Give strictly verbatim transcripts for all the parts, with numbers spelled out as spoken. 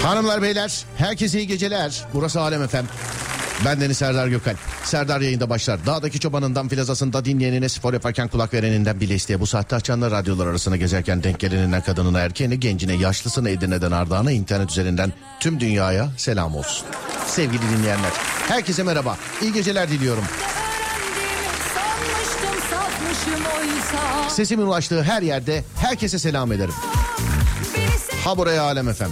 Hanımlar beyler, herkese iyi geceler. Burası Alem F M. Ben Deniz Serdar Gökalp. Serdar yayında başlar. Dağdaki çobanından filazasında dinleyenine, spor yaparken kulak vereninden bile isteye. Bu saatte açanlar, radyolar arasında gezerken denk geleninden kadınına, erkeğine, gencine, yaşlısına, Edirne'den Ardahan'a, internet üzerinden tüm dünyaya selam olsun. Sevgili dinleyenler, herkese merhaba. İyi geceler diliyorum. Sesimin ulaştığı her yerde herkese selam ederim. Ha buraya Alem F M.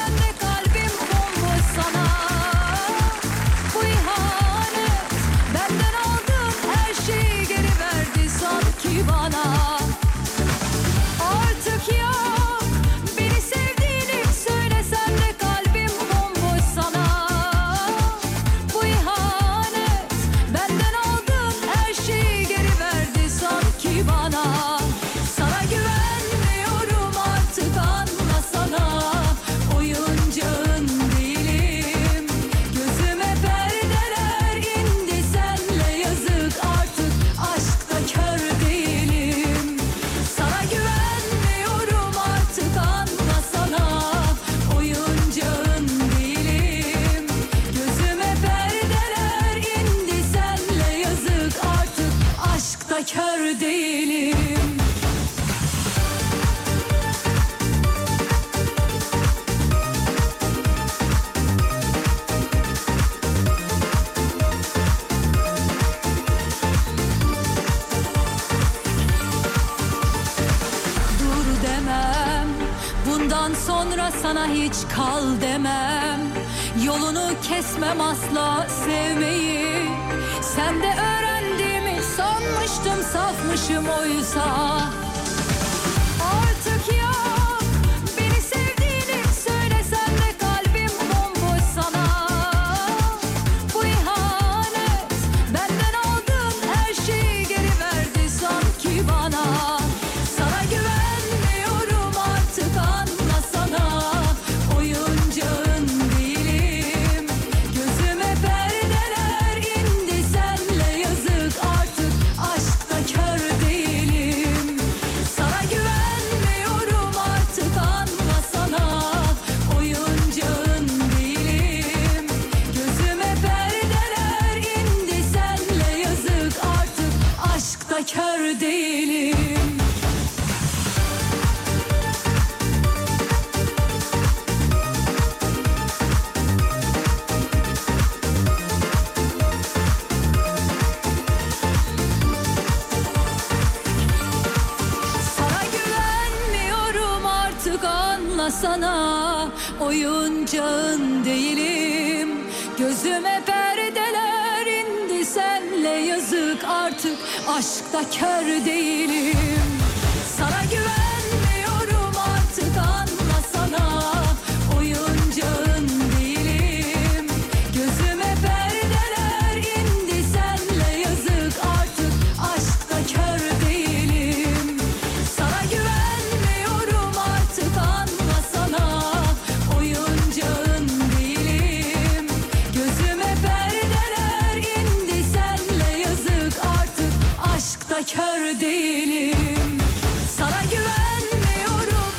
Sana hiç kal demem, yolunu kesmem asla sevmeyi. Sen de öğrendiğimi sanmıştım, safmışım oysa. Artık yok, beni sevdiğini söylesen de kalbim bomboş sana. Bu ihanet, benden aldığın her şeyi geri verdi sanki bana. Sana güvenmiyorum artık, anlasana. Kör değilim. Sana güvenmiyorum artık, anlasana. Oyuncağın değilim. Gözüme perdeler indi, senle yazık artık. Aşkta kör değilim. Sana güvenmiyorum artık, anlasana. Oyuncağın değilim. Gözüme perdeler indi, senle yazık artık. Aşkta kör değilim. Sana güvenmiyorum artık, anlasana. Oyuncağın değilim. Gözüme perdeler indi, senle yazık artık. Aşkta kör değilim. Sana güvenmiyorum.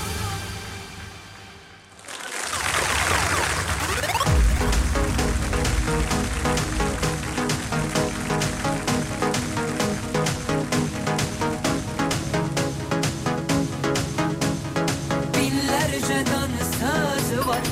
Binlerce dansöz var.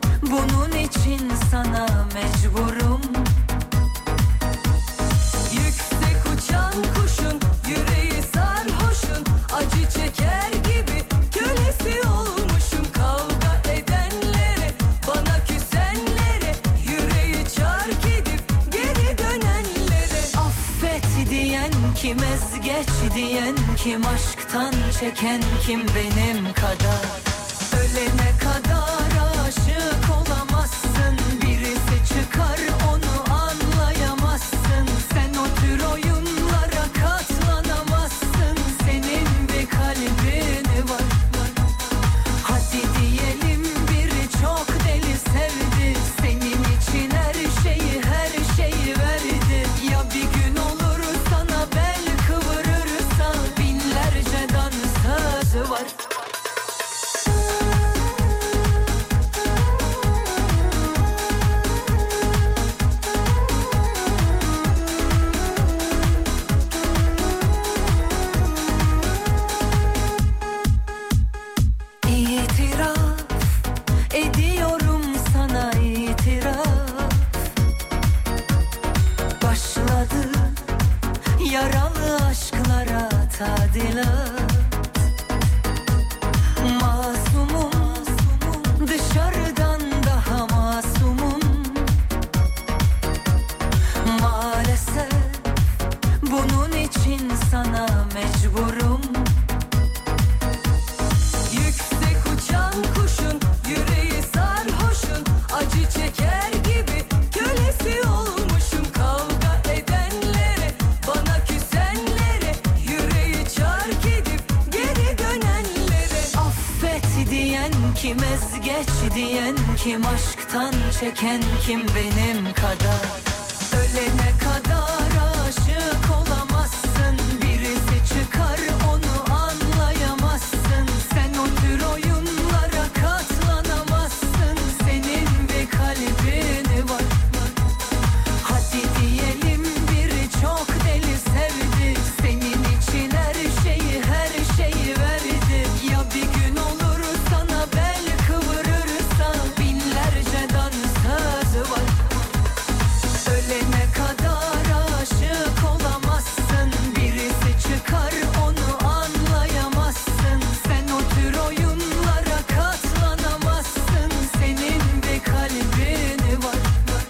Bunun için sana mecburum. Yük vazgeç diyen kim, aşktan çeken kim benim kadar? Ölene kadar aşık olamazsın, birisi çıkar onu anlayamazsın. Sen o tür oyunlara katlanamazsın, senin bir kalbin var. Hadi diyelim biri çok deli sevdi, senin için her şeyi her şeyi verdi. Ya bir gün olur sana bel kıvırırsa, binlerce dansözü var. Yaralı aşklara tadilat. Masumum, dışarıdan daha masumum. Maalesef bunun için sana mecburum. Yüksek uçan kuşun yüreği sarhoşun, acı çeker gibi kölesi olmuşum. Kavga edenlere, bana küsenlere, yüreği çark edip geri dönenlere. Affet diyen kim, ezgeç diyen kim, aşktan çeken kim benim kadar? Ölene kadar aşık olamazsın, birisi çıkar onu anlayamazsın. Sen o tür oyunlara katlanamazsın, senin bir kalbin var. Hadi diyelim biri çok deli sevdi, senin için her şeyi her şeyi verdi. Ya bir gün olur sana bel kıvırırsa, binlerce dansözü var. Ölene kadar aşık olamazsın, birisi çıkar onu anlayamazsın. Sen o tür oyunlara katlanamazsın, senin bir kalbin var.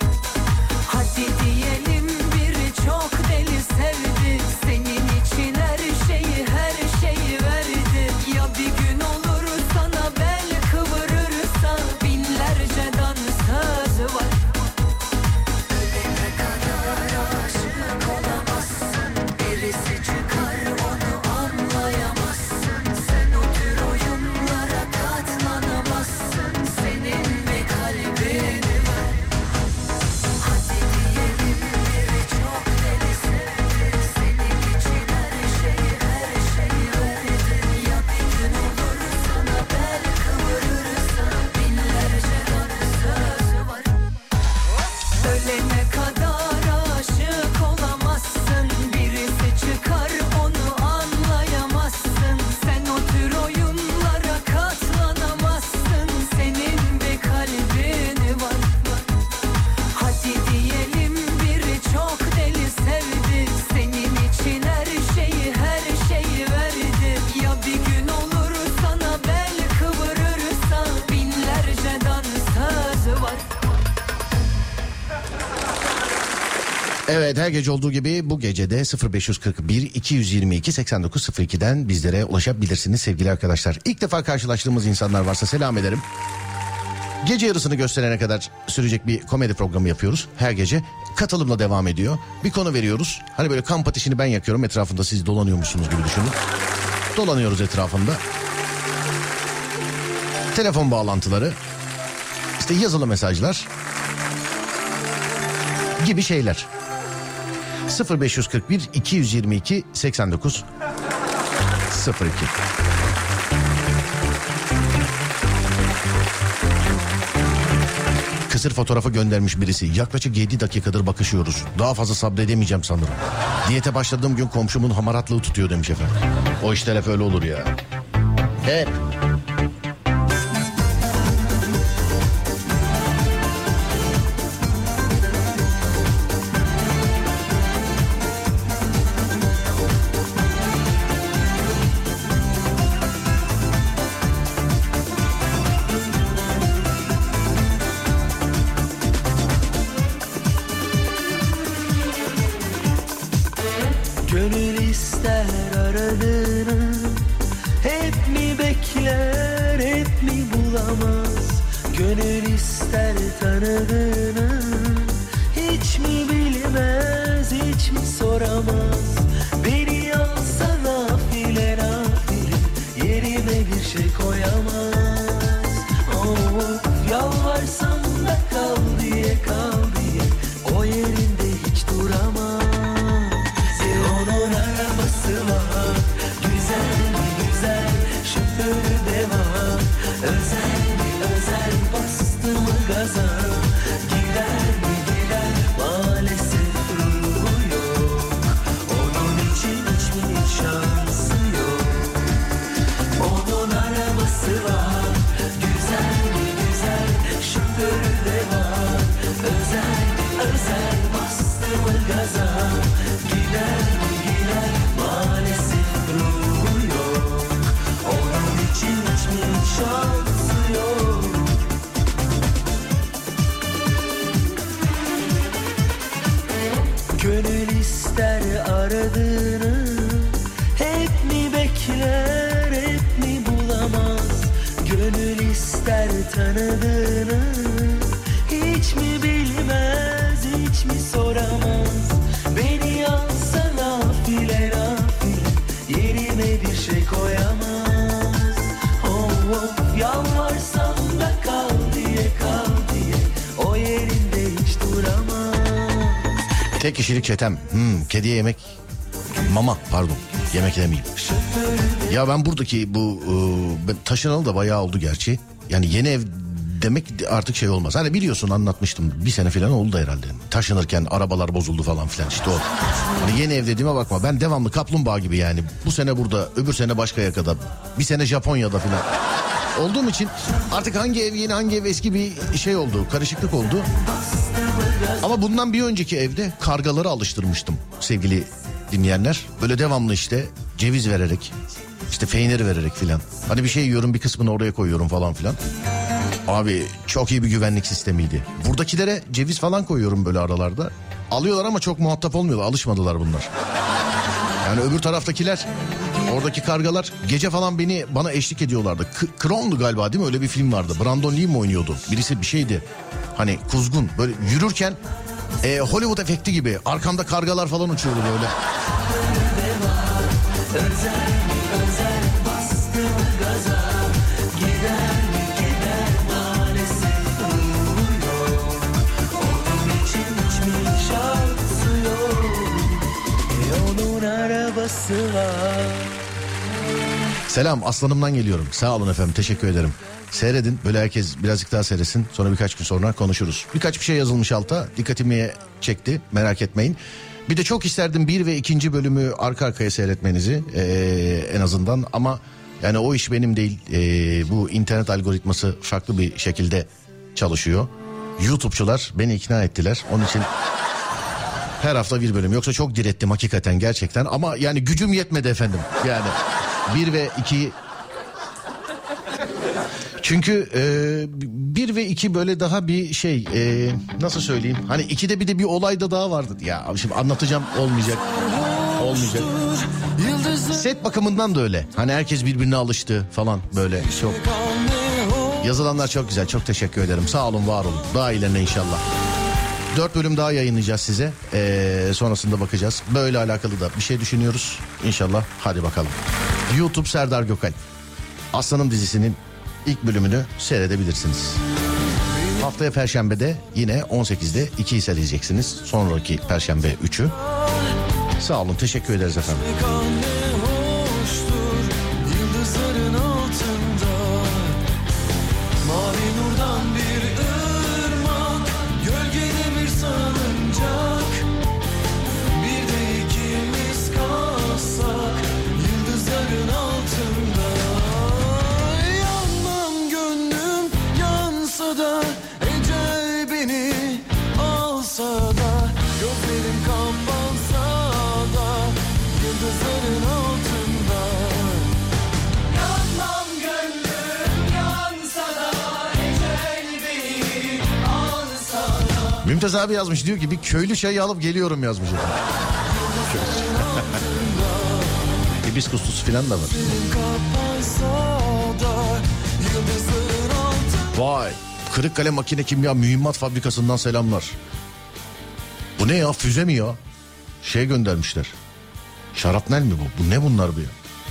Hadi diyelim biri çok deli sevdi, senin için her şeyi her şeyi verdi. Ya bir gün olur sana bel kıvırırsa, binlerce dansözü var. Ölene kadar aşık olamazsın, birisi çıkar onu anlayamazsın. Sen o tür oyunlara katlanamazsın, senin bir kalbin var. Hadi diyelim biri çok deli sevdi, senin için her şeyi her şeyi verdi. Ya bir gün olur sana bel kıvırırsa, binlerce dansözü var. Ölene kadar aşık olamazsın, birisi çıkar onu anlayamazsın. Sen o tür oyunlara katlanamazsın, senin bir kalbin var. Hadi diyelim biri çok deli sevdi, senin için her şeyi her şeyi verdi. Ya bir gün olur sana bel kıvırırsa, binlerce dansözü var. Evet, her gece olduğu gibi bu gecede sıfır beş kırk bir iki yüz yirmi iki seksen dokuz sıfır iki'den bizlere ulaşabilirsiniz sevgili arkadaşlar. İlk defa karşılaştığımız insanlar varsa selam ederim. Gece yarısını gösterene kadar sürecek bir komedi programı yapıyoruz her gece. Katılımla devam ediyor. Bir konu veriyoruz. Hani böyle kamp ateşini ben yakıyorum, etrafında siz dolanıyormuşsunuz gibi düşünün. Dolanıyoruz etrafında. Telefon bağlantıları, işte yazılı mesajlar gibi şeyler. sıfır beş kırk bir iki yüz yirmi iki seksen dokuz sıfır iki. Kısır fotoğrafı göndermiş birisi. Yaklaşık yedi dakikadır bakışıyoruz. Daha fazla sabredemeyeceğim sanırım. Diyete başladığım gün komşumun hamaratlığı tutuyor demiş efendim. O işte laf öyle olur ya. Evet. Gönül ister hep mi bulamaz? Gönül ister tanıdığını, hiç mi bilmez, hiç mi soramaz? Beni alsa nafile nafile, yerime bir şey koyamaz. Oh, yalvarsam da kal diye, kal diye, o yerinde hiç duramaz. E onun arabası var, güzel mi güzel, şoförü de var. Özel mi özel, bastı mı gaza, gider mi gider, maalesef ruhu yok. Onun için hiçbir şansı yok. Onun arabası var, güzel mi güzel, şoförü de var. Özel mi özel, bastı mı gaza, gider mi gider, maalesef ruhu yok. Onun için hiçbir şansı yok. Gönül ister aradığını, hep mi bekler, hep mi bulamaz? Gönül ister tanıdığını, hiç mi bilmez, hiç mi soramaz? Beni alsa nafile nafile, yerime bir şey koyamaz. Oh, oh, yalvarsam da kal diye, kal diye, o yerinde hiç duramaz. Tek kişilik çetem. Hmm, kediye yemek. Mama pardon. Yemek demeyeyim. Ya ben buradaki bu e, ben taşınalı da bayağı oldu gerçi. Yani yeni ev demek artık şey olmaz. Hani biliyorsun, anlatmıştım. Bir sene falan oldu herhalde. Taşınırken arabalar bozuldu falan filan, işte o. Hani yeni ev dediğime bakma. Ben devamlı kaplumbağa gibi yani. Bu sene burada, öbür sene başka yakada. Bir sene Japonya'da filan. Olduğum için artık hangi ev yeni, hangi ev eski bir şey oldu. Karışıklık oldu. Ama bundan bir önceki evde kargaları alıştırmıştım sevgili dinleyenler. Böyle devamlı işte ceviz vererek, işte peynir vererek filan. Hani bir şey yiyorum, bir kısmını oraya koyuyorum falan filan. Abi çok iyi bir güvenlik sistemiydi. Buradakilere ceviz falan koyuyorum böyle aralarda. Alıyorlar ama çok muhatap olmuyorlar. Alışmadılar bunlar. Yani öbür taraftakiler, oradaki kargalar gece falan beni bana eşlik ediyorlardı. K- Crown'du galiba, değil mi? Öyle bir film vardı. Brandon Lee mi oynuyordu? Birisi bir şeydi. Hani kuzgun böyle yürürken e, Hollywood efekti gibi arkamda kargalar falan uçuyordu böyle. Selam, Aslanım'dan geliyorum. Sağ olun efendim, teşekkür ederim. Seyredin, böyle herkes birazcık daha seyretsin. Sonra birkaç gün sonra konuşuruz. Birkaç bir şey yazılmış alta, dikkatimi çekti, merak etmeyin. Bir de çok isterdim bir ve ikinci bölümü arka arkaya seyretmenizi ee, en azından. Ama yani o iş benim değil. Ee, bu internet algoritması farklı bir şekilde çalışıyor. YouTube'çular beni ikna ettiler. Onun için her hafta bir bölüm. Yoksa çok direttim hakikaten, gerçekten. Ama yani gücüm yetmedi efendim. Yani bir ve iki... Çünkü e, bir ve iki böyle daha bir şey, e, nasıl söyleyeyim? Hani ikide bir de bir olay da daha vardı. Ya şimdi anlatacağım, olmayacak. Olmayacak. Set bakımından da öyle. Hani herkes birbirine alıştı falan böyle. Çok. Yazılanlar çok güzel. Çok teşekkür ederim. Sağ olun, var olun. Daha ilerine inşallah. Dört bölüm daha yayınlayacağız size. Ee, sonrasında bakacağız. Böyle alakalı da bir şey düşünüyoruz. İnşallah. Hadi bakalım. YouTube Serdar Gökalp. Aslanım dizisinin ilk bölümünü seyredebilirsiniz. Haftaya Perşembe'de yine on sekizde ikiyi seyredeceksiniz. Sonraki Perşembe üçü. Sağ olun, teşekkür ederiz efendim. Mümtaz abi yazmış, diyor ki bir köylü çayı alıp geliyorum yazmış. Hibiskus falan da var. Vay. Kırıkkale Makine Kimya Mühimmat Fabrikası'ndan selamlar. Bu ne ya, füze mi ya? Şey göndermişler. Şarapnel mi bu? Bu ne bunlar bu ya?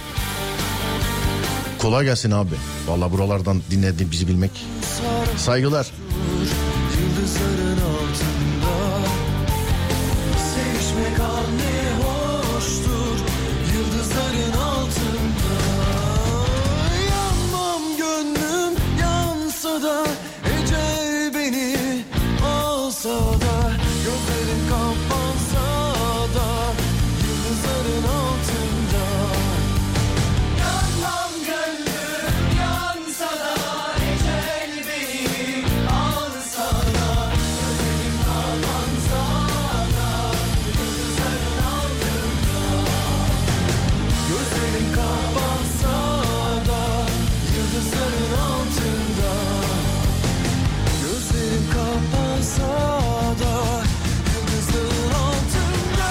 Kolay gelsin abi. Vallahi buralardan dinlediğin bizi bilmek. Saygılar. Yıldızların altında sevişmek anne hoştur. Yıldızların altında yanmam gönlüm yansa da ecel beni alsa da gözlerim kapansa da yıldızların altında yanmam gönlüm yansa da ecel beni alsa da gözlerim kapansa da yıldızların altında gözlerim kapansa da yıldızların altında gözlerim kapansa da yıldızların altında.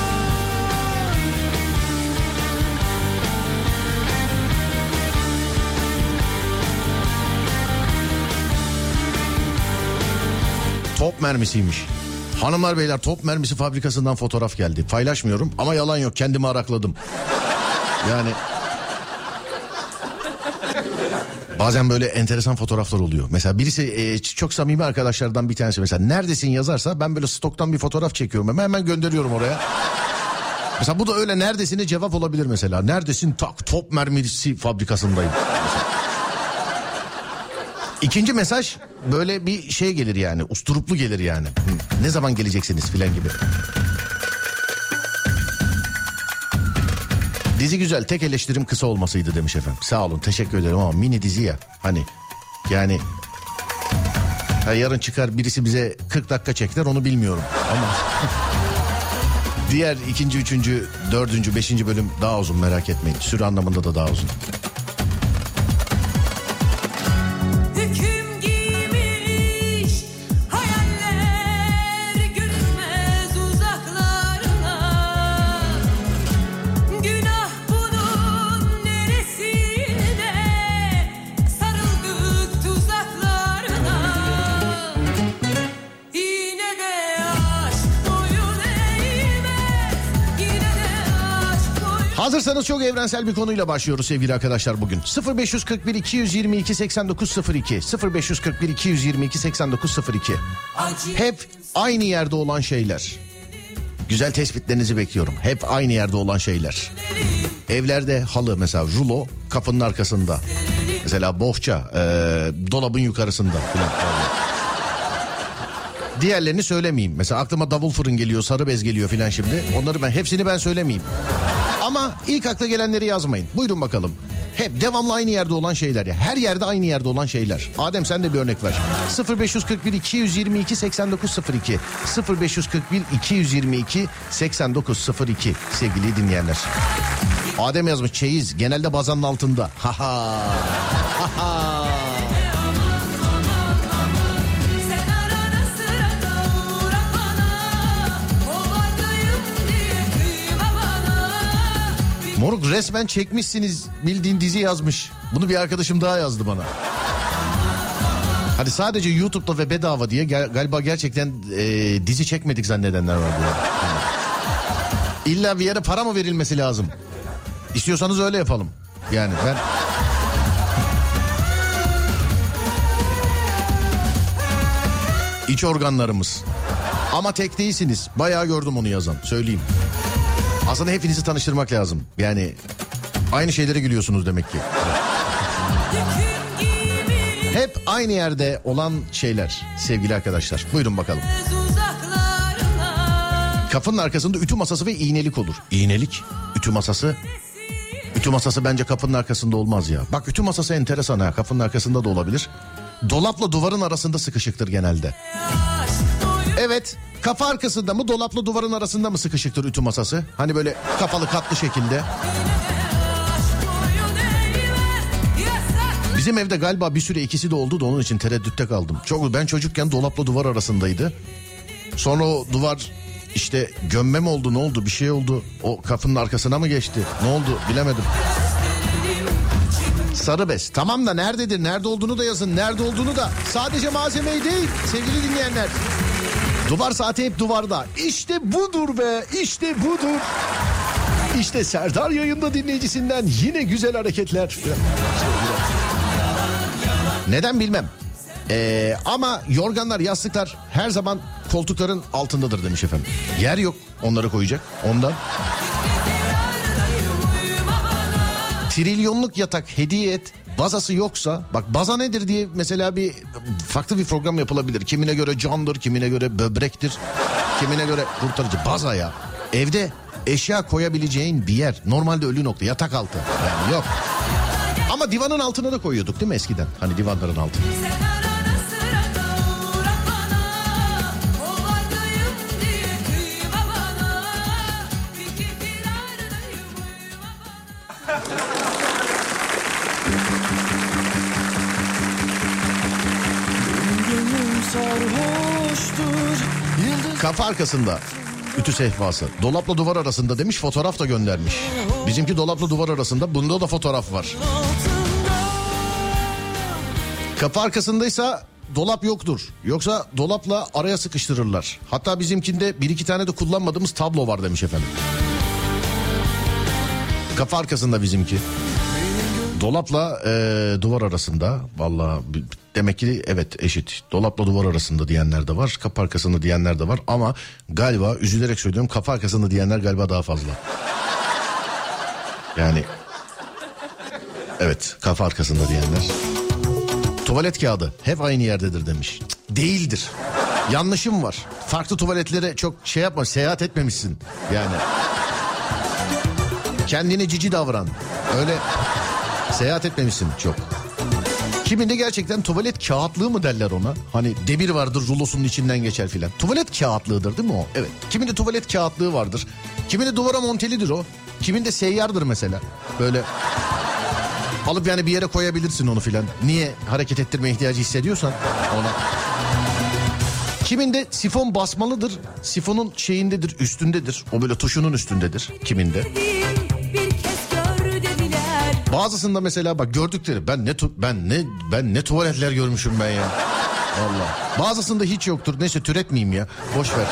Top mermisiymiş. Hanımlar beyler, top mermisi fabrikasından fotoğraf geldi. Paylaşmıyorum ama yalan yok, kendimi arakladım. Yani bazen böyle enteresan fotoğraflar oluyor. Mesela birisi e, çok samimi arkadaşlardan bir tanesi mesela neredesin yazarsa ben böyle stoktan bir fotoğraf çekiyorum. Hemen, hemen gönderiyorum oraya. Mesela bu da öyle neredesine cevap olabilir mesela. Neredesin? Tak, top mermisi fabrikasındayım. Mesela. İkinci mesaj böyle bir şey gelir yani, usturuplu gelir yani. Hı, ne zaman geleceksiniz filan gibi. Dizi güzel, tek eleştirim kısa olmasıydı demiş efendim. Sağ olun, teşekkür ederim ama mini dizi ya hani yani ha, yarın çıkar birisi bize kırk dakika çekler onu bilmiyorum ama diğer ikinci, üçüncü, dördüncü, beşinci bölüm daha uzun, merak etmeyin. Süre anlamında da daha uzun. Hüküm giymiş hayaller görünmez uzaklarına. Günah bunun neresinde sarıldık tuzaklarına. Yine de aşk boyun eğmez. Yine de aşk boyun. Hazırsanız çok evrensel bir konuyla başlıyoruz sevgili arkadaşlar bugün. sıfır beş kırk bir iki yüz yirmi iki seksen dokuz sıfır iki sıfır beş kırk bir iki yüz yirmi iki seksen dokuz sıfır iki. Hep aynı yerde olan şeyler. Güzel tespitlerinizi bekliyorum. Hep aynı yerde olan şeyler. Evlerde halı mesela, rulo kapının arkasında. Mesela bohça e, dolabın yukarısında falan. Diğerlerini söylemeyeyim. Mesela aklıma davul fırın geliyor, sarı bez geliyor filan şimdi. Onları ben hepsini ben söylemeyeyim. Ama ilk akla gelenleri yazmayın. Buyurun bakalım. Hep devamlı aynı yerde olan şeyler ya. Her yerde aynı yerde olan şeyler. Adem sen de bir örnek ver. sıfır beş kırk bir iki yüz yirmi iki seksen dokuz sıfır iki sıfır beş kırk bir iki yüz yirmi iki seksen dokuz sıfır iki sevgili dinleyenler. Adem yazmış, çeyiz genelde bazanın altında. Ha ha. Ha ha. Sen arada sırada uğra bana. Ovadayım diye kıyma bana. Moruk resmen çekmişsiniz bildiğin dizi yazmış. Bunu bir arkadaşım daha yazdı bana. Hadi sadece YouTube'da ve bedava diye gal- galiba gerçekten e, dizi çekmedik zannedenler var burada. İlla bir yere para mı verilmesi lazım? İstiyorsanız öyle yapalım. Yani ben... İç organlarımız. Ama tek değilsiniz. Bayağı gördüm onu yazan. Söyleyeyim. Aslında hepinizi tanıştırmak lazım. Yani aynı şeylere gülüyorsunuz demek ki. Hep aynı yerde olan şeyler sevgili arkadaşlar. Buyurun bakalım. Kapının arkasında ütü masası ve iğnelik olur. İğnelik, ütü masası. Ütü masası bence kapının arkasında olmaz ya. Bak ütü masası enteresan ha. Kapının arkasında da olabilir. Dolapla duvarın arasında sıkışıktır genelde. Evet, kafa arkasında mı, dolapla duvarın arasında mı sıkışıktır ütü masası? Hani böyle kapalı katlı şekilde. Bizim evde galiba bir süre ikisi de oldu da onun için tereddütte kaldım. Çok, ben çocukken dolapla duvar arasındaydı. Sonra o duvar işte gömme mi oldu, ne oldu, bir şey oldu. O kapının arkasına mı geçti, ne oldu bilemedim. Sarı bez. Tamam da nerededir? Nerede olduğunu da yazın. Nerede olduğunu da. Sadece malzemeyi değil sevgili dinleyenler. Duvar saati hep duvarda. İşte budur be. İşte budur. İşte Serdar yayında dinleyicisinden yine güzel hareketler. Neden bilmem. Ee, ama yorganlar, yastıklar her zaman koltukların altındadır demiş efendim. Yer yok onları koyacak ondan. Trilyonluk yatak hediye et. Bazası yoksa, bak baza nedir diye mesela bir farklı bir program yapılabilir. Kimine göre candır, kimine göre böbrektir, kimine göre kurtarıcı. Baza ya. Evde eşya koyabileceğin bir yer. Normalde ölü nokta, yatak altı. Yani yok. Ama divanın altına da koyuyorduk değil mi eskiden? Hani divanların altına. Kafa arkasında ütü sehpası. Dolapla duvar arasında demiş, fotoğraf da göndermiş. Bizimki dolapla duvar arasında, bunda da fotoğraf var. Kafa arkasındaysa dolap yoktur. Yoksa dolapla araya sıkıştırırlar. Hatta bizimkinde bir iki tane de kullanmadığımız tablo var demiş efendim. Kafa arkasında bizimki. Dolapla e, duvar arasında. Vallahi demek ki evet eşit. Dolapla duvar arasında diyenler de var. Kafa arkasında diyenler de var. Ama galiba üzülerek söylüyorum, kafa arkasında diyenler galiba daha fazla. Yani evet, kafa arkasında diyenler. Tuvalet kağıdı hep aynı yerdedir demiş. Cık, değildir. Yanlışım var. Farklı tuvaletlere çok şey yapma, seyahat etmemişsin. Yani kendine cici davran. Öyle seyahat etmemişsin çok. Kiminde gerçekten tuvalet kağıtlığı mı derler ona? Hani demir vardır, rulosunun içinden geçer filan. Tuvalet kağıtlığıdır değil mi o? Evet. Kiminde tuvalet kağıtlığı vardır. Kiminde duvara montelidir o. Kiminde seyyardır mesela. Böyle alıp yani bir yere koyabilirsin onu filan. Niye hareket ettirme ihtiyacı hissediyorsan ona. Kiminde sifon basmalıdır. Sifonun şeyindedir, üstündedir. O böyle tuşunun üstündedir kiminde. Bazısında mesela bak gördükleri ben ne tu- ben ne ben ne tuvaletler görmüşüm ben ya. Vallahi. Bazısında hiç yoktur. Neyse türetmeyeyim ya. Boş ver.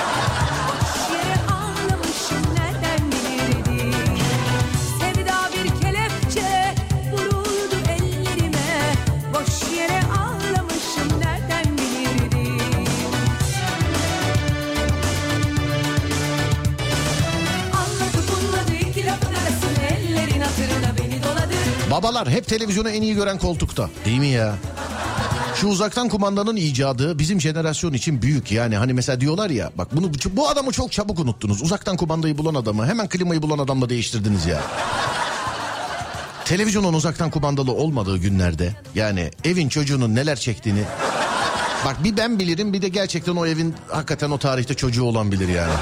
Babalar hep televizyonu en iyi gören koltukta. Değil mi ya? Şu uzaktan kumandanın icadı bizim jenerasyon için büyük. Yani hani mesela diyorlar ya, bak bunu bu adamı çok çabuk unuttunuz. Uzaktan kumandayı bulan adamı hemen klimayı bulan adamla değiştirdiniz ya. Televizyonun uzaktan kumandalı olmadığı günlerde yani evin çocuğunun neler çektiğini bak bir ben bilirim, bir de gerçekten o evin hakikaten o tarihte çocuğu olan bilir yani.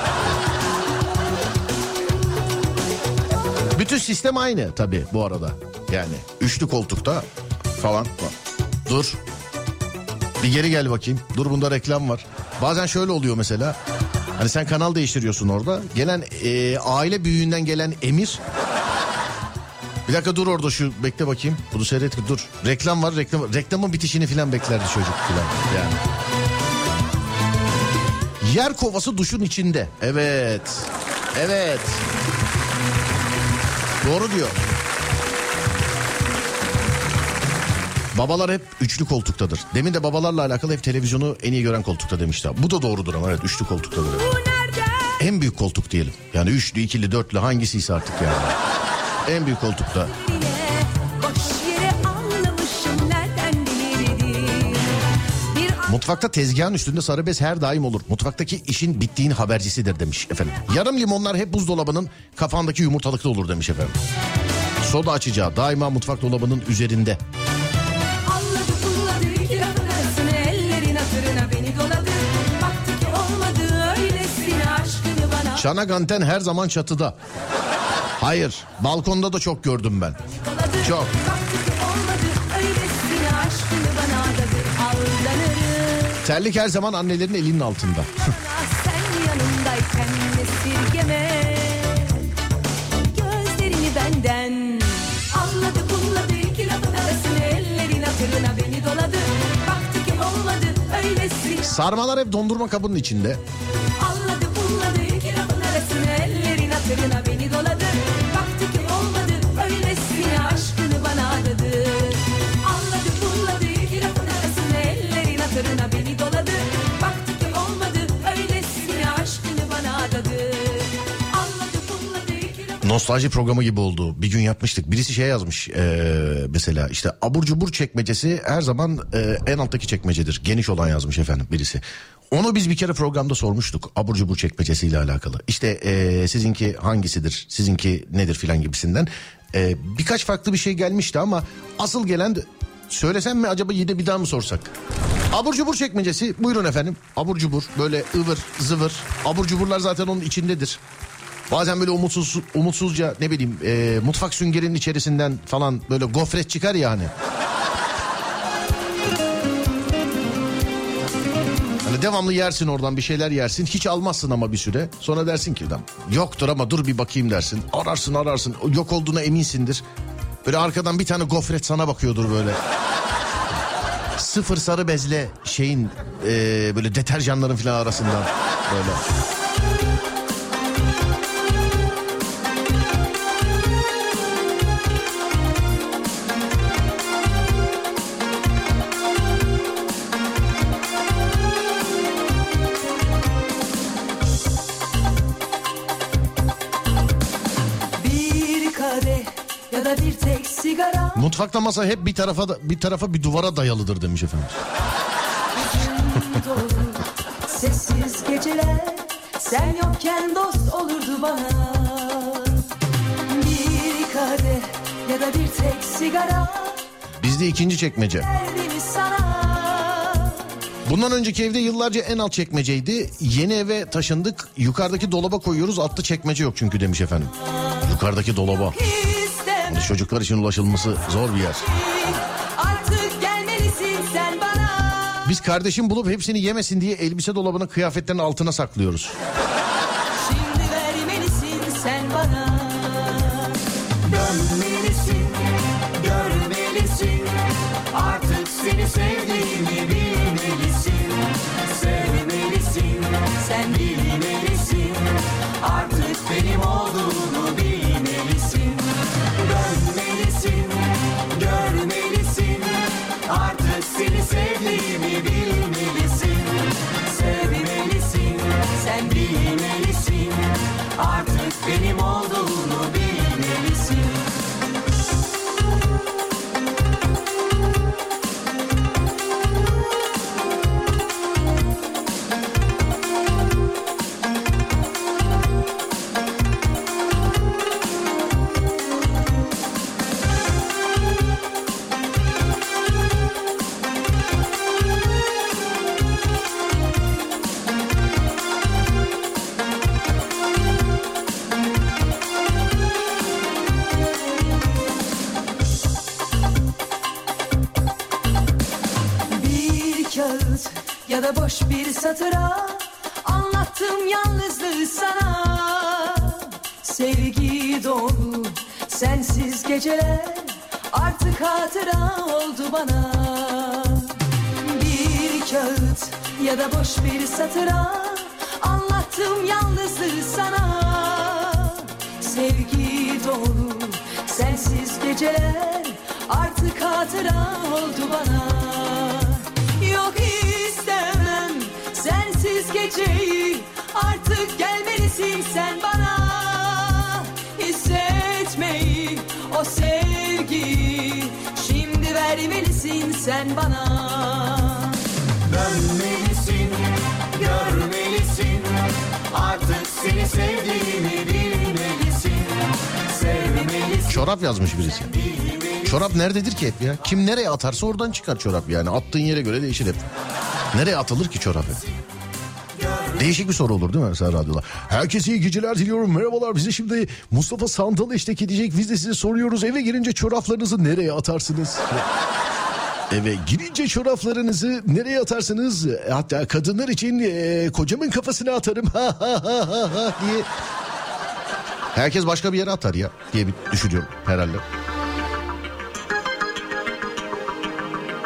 Bütün sistem aynı tabii bu arada. Yani üçlü koltukta falan. Dur. Bir geri gel bakayım. Dur, bunda reklam var. Bazen şöyle oluyor mesela. Hani sen kanal değiştiriyorsun orada. Gelen e, aile büyüğünden gelen emir. Bir dakika dur orada, şu bekle bakayım. Bunu seyret, dur. Reklam var, reklam. Reklamın bitişini falan beklerdi çocuk falan yani. Yer kovası duşun içinde. Evet. Evet. Doğru diyor. Babalar hep üçlü koltuktadır. Demin de babalarla alakalı hep televizyonu en iyi gören koltukta demişler. Bu da doğrudur ama evet, üçlü koltuktadır. En büyük koltuk diyelim. Yani üçlü, ikili, dörtlü hangisiyse artık yani. En büyük koltukta. Mutfakta tezgahın üstünde sarı bez her daim olur. Mutfaktaki işin bittiğin habercisidir demiş efendim. Yarım limonlar hep buzdolabının kafandaki yumurtalıkta olur demiş efendim. Soda açacağı daima mutfak dolabının üzerinde. Çanak anten her zaman çatıda. Hayır, balkonda da çok gördüm ben. Çok. Terlik her zaman annelerin elinin altında. Sen yanımdayken esirgeme gözlerini benden. Anladı pulladı iki lafın arası hatırına beni doladı. Baktı ki olmadı öylesi. Sarmalar hep dondurma kabının içinde. Anladı bulladı iki lafın arasına, ellerin hatırına beni doladı. Baktı ki olmadı öylesine, aşkını bana adadı. Anladı bulladı iki lafın arasına, ellerin hatırına beni doladı. Baktı ki olmadı öylesine, aşkını bana adadı. Anladı bulladı iki lafın... Nostalji programı gibi oldu. Bir gün yapmıştık. Birisi şey yazmış ee, mesela işte abur cubur çekmecesi her zaman ee, en alttaki çekmecedir. Geniş olan yazmış efendim birisi. Onu biz bir kere programda sormuştuk. Abur cubur çekmecesiyle alakalı. İşte ee, sizinki hangisidir? Sizinki nedir filan gibisinden. Ee, birkaç farklı bir şey gelmişti ama asıl gelen de, söylesem mi acaba yine bir daha mı sorsak? Abur cubur çekmecesi, buyurun efendim. Abur cubur böyle ıvır zıvır. Abur cuburlar zaten onun içindedir. Bazen böyle umutsuz, umutsuzca ne bileyim e, mutfak süngerinin içerisinden falan böyle gofret çıkar ya hani. Hani devamlı yersin oradan, bir şeyler yersin, hiç almazsın ama bir süre. Sonra dersin ki yoktur ama dur bir bakayım dersin. Ararsın ararsın, yok olduğuna eminsindir. Böyle arkadan bir tane gofret sana bakıyordur böyle. Sıfır sarı bezle şeyin e, böyle deterjanların falan arasından böyle. Ya da bir tek sigara. Mutfakta masa hep bir tarafa da, bir tarafa bir duvara dayalıdır demiş efendim. Dolu, sessiz geceler, sen yokken dost olurdu bana. Bir kadeh ya da bir tek sigara. Bizde ikinci çekmece. Bundan önceki evde yıllarca en alt çekmeceydi. Yeni eve taşındık. Yukarıdaki dolaba koyuyoruz. Altta çekmece yok çünkü demiş efendim. Yukarıdaki dolaba. Yani çocuklar için ulaşılması zor bir yer. Artık gelmelisin sen bana. Biz kardeşim bulup hepsini yemesin diye elbise dolabının kıyafetlerin altına saklıyoruz. Şimdi vermelisin sen bana. Dönmelisin, görmelisin. Artık seni sevdiğimi bilmelisin. Sevmelisin, sen bilmelisin. Artık benim olduğunu bilmelisin. Dönmelisin, görmelisin. Artık seni sevdiğimi bilmelisin. Sevmelisin, sen bilmelisin. Artık benim olduğunu bilmelisin. Ya da boş bir satıra anlattım yalnızlığı sana. Sevgi dolu sensiz geceler artık hatıra oldu bana. Bir kağıt ya da boş bir satıra anlattım yalnızlığı sana. Sevgi dolu sensiz geceler artık hatıra oldu bana. Yok istemem sensiz geceyi, artık gelmelisin sen bana. Hissetmeyi, o sevgiyi şimdi vermelisin sen bana. Dönmelisin, görmelisin. Artık seni sevdiğimi bilmelisin. Sevmelisin. Çorap yazmış birisi. Çorap nerededir ki hep ya? Kim nereye atarsa oradan çıkar çorap yani. Attığın yere göre değişir hep. Nereye atılır ki çorap hep? Değişik bir soru olur değil mi mesela radyoda? Herkese iyi geceler diliyorum. Merhabalar, bize şimdi Mustafa Sandal eşlik edecek. Biz de size soruyoruz. Eve girince çoraplarınızı nereye atarsınız? Eve girince çoraplarınızı nereye atarsınız? Hatta kadınlar için e, kocamın kafasına atarım diye. Herkes başka bir yere atar ya diye bir düşünüyorum herhalde.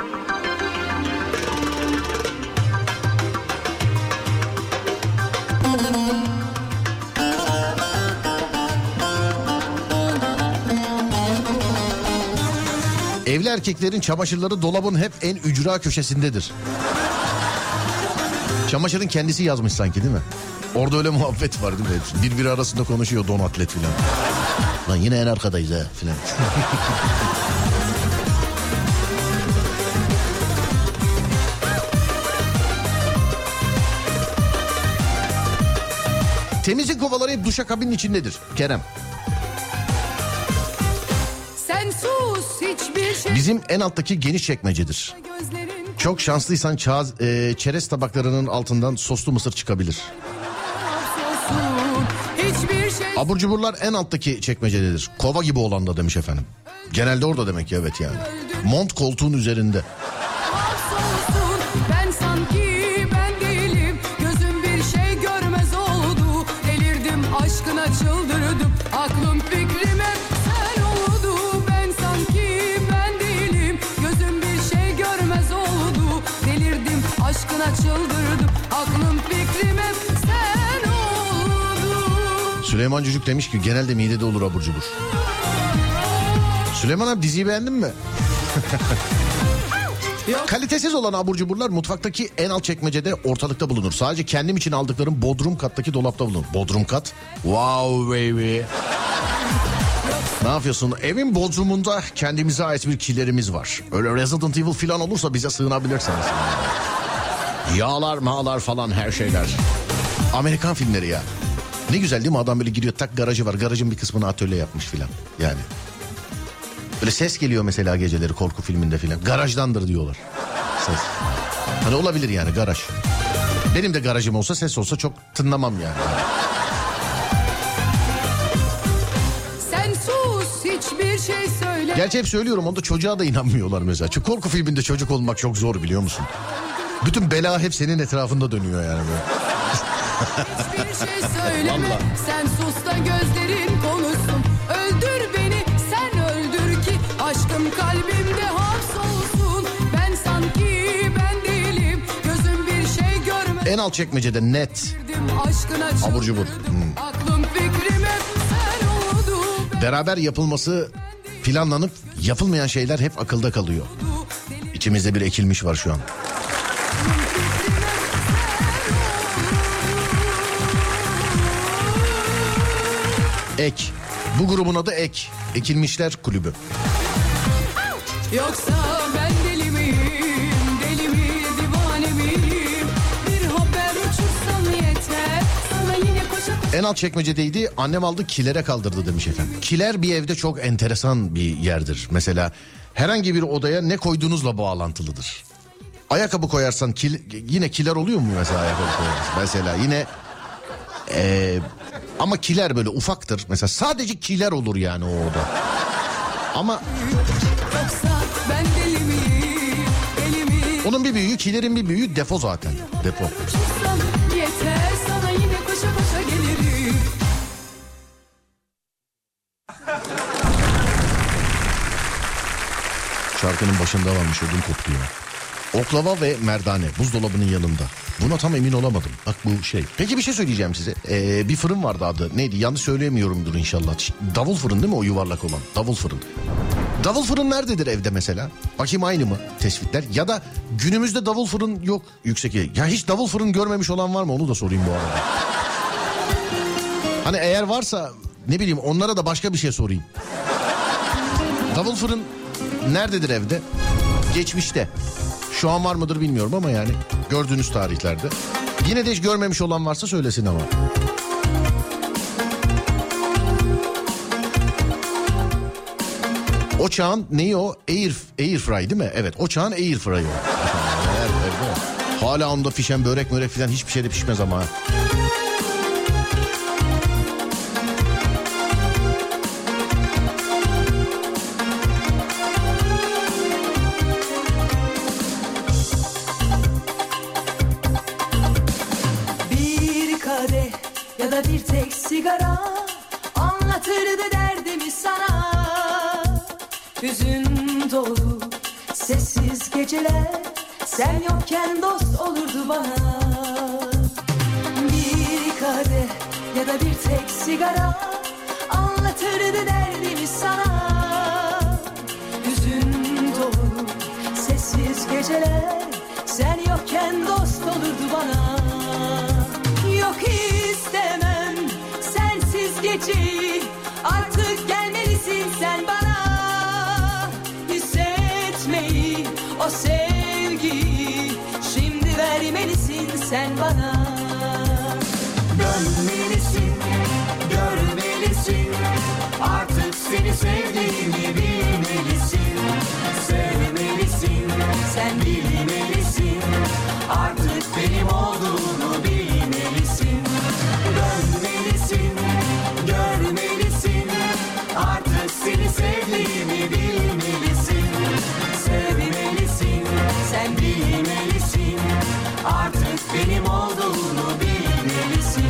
Evli erkeklerin çamaşırları dolabın hep en ücra köşesindedir. Çamaşırın kendisi yazmış sanki değil mi? Orada öyle muhabbet var değil mi? Birbiri arasında konuşuyor don atlet filan. Lan yine en arkadayız ha filan. Temizlik kovaları hep duşakabinin içindedir. Kerem. Sen sus hiçbir şey. Bizim en alttaki geniş çekmecedir. Gözlerin Çok şanslıysan çaz, e, çerez tabaklarının altından soslu mısır çıkabilir. susun. Hiçbir şey Abur cuburlar en alttaki çekmecededir. Kova gibi olan da demiş efendim. Genelde orada demek ki, evet yani. Mont koltuğun üzerinde. olsun. Ben sanki ben değilim. Gözüm bir şey görmez oldu. Delirdim aşkına çıldırdım. Aklım fikrim hep sen oldu. Ben sanki ben değilim. Gözüm bir şey görmez oldu. Delirdim aşkına çıldırdım. Aklım fikrim hep sen oldu. Süleyman Cücük demiş ki genelde midede olur abur cubur. Süleyman abi diziyi beğendin mi? Kalitesiz olan abur cuburlar mutfaktaki en alt çekmecede ortalıkta bulunur. Sadece kendim için aldıklarım bodrum kattaki dolapta bulunur. Bodrum kat? Wow baby. Ne yapıyorsun? Evin bodrumunda kendimize ait bir killerimiz var. Öyle Resident Evil falan olursa bize sığınabilirsiniz. Yağlar mağlar falan her şeyler. Amerikan filmleri ya. Ne güzel değil mi? Adam böyle giriyor, tak garajı var. Garajın bir kısmını atölye yapmış filan. Yani. Böyle ses geliyor mesela geceleri korku filminde filan. Garajdandır diyorlar. Ses. Hani olabilir yani, garaj. Benim de garajım olsa, ses olsa çok tınlamam yani. Sen sus hiçbir şey söyle. Gerçi hep söylüyorum, onda çocuğa da inanmıyorlar mesela. Çünkü korku filminde çocuk olmak çok zor, biliyor musun? Bütün bela hep senin etrafında dönüyor yani böyle. Hiçbir şey söyleme. Vallahi. Sen sus da gözlerin konuşsun. Öldür beni sen öldür ki aşkım kalbimde hapsolsun. Ben sanki ben değilim. Gözüm bir şey görmez. En alt çekmecede net. Aşkına Abur cubur. çıldırdım. Aklım fikrim hep sen oldu. Beraber yapılması planlanıp yapılmayan şeyler hep akılda kalıyor. İçimizde bir ekilmiş var şu an. Ek. Bu grubun adı Ek. Ekilmişler Kulübü. Yoksa ben deli miyim? Deli mi, divane miyim? Bir haber uçursam yeter. Sana yine koşa koşa. En alt çekmecedeydi, annem aldı kilere kaldırdı demiş efendim. Kiler bir evde çok enteresan bir yerdir. Mesela herhangi bir odaya ne koyduğunuzla bağlantılıdır. Ayakkabı koyarsan kil, yine kiler oluyor mu mesela ayakkabı koyarsan? Mesela yine ee, ama kiler böyle ufaktır. Mesela sadece kiler olur yani o oda. Ama Yoksa ben deli miyim? Deli miyim? onun bir büyüğü, kilerin bir büyüğü depo zaten. Depo. Uçursam yeter. Sana yine koşa koşa gelirim. Şarkının başında varmış, ödüm koptu ya. Oklava ve merdane buzdolabının yanında. Buna tam emin olamadım. Bak bu şey. Peki bir şey söyleyeceğim size. Ee, bir fırın vardı, adı neydi? Yanlış söyleyemiyorumdur inşallah. Davul fırın değil mi o yuvarlak olan? Davul fırın. Davul fırın nerededir evde mesela? Bakayım aynı mı tespitler? Ya da günümüzde davul fırın yok yüksek. Ya hiç davul fırın görmemiş olan var mı? Onu da sorayım bu arada. Hani eğer varsa ne bileyim onlara da başka bir şey sorayım. Davul fırın nerededir evde? Geçmişte. Şu an var mıdır bilmiyorum ama yani gördüğünüz tarihlerde. Yine de hiç görmemiş olan varsa söylesin ama. O çağın neyi o? Air, air fry değil mi? Evet, o çağın air fry'ı o. Hala onda pişen börek mörek falan hiçbir şey de pişmez ama. Bir kadeh ya da bir tek sigara anlatırdı derdimi sana. Hüzün dolu sessiz geceler sen yokken dost olurdu bana. Bir kadeh ya da bir tek sigara anlatırdı derdimi sana. Hüzün geceler sen yokken dost olurdu bana. Yok istemem sensiz geceyi, artık gelmelisin sen bana. Hissetmeyi, o sevgiyi şimdi vermelisin sen bana. Dönmelisin, görmelisin, artık seni sevdiğimi bilmelisin. Sevmelisin, Sen bilmelisin, artık benim olduğunu bilmelisin. Dönmelisin, görmelisin, artık seni sevdiğimi bilmelisin. Sevmelisin, sen bilmelisin, artık benim olduğunu bilmelisin.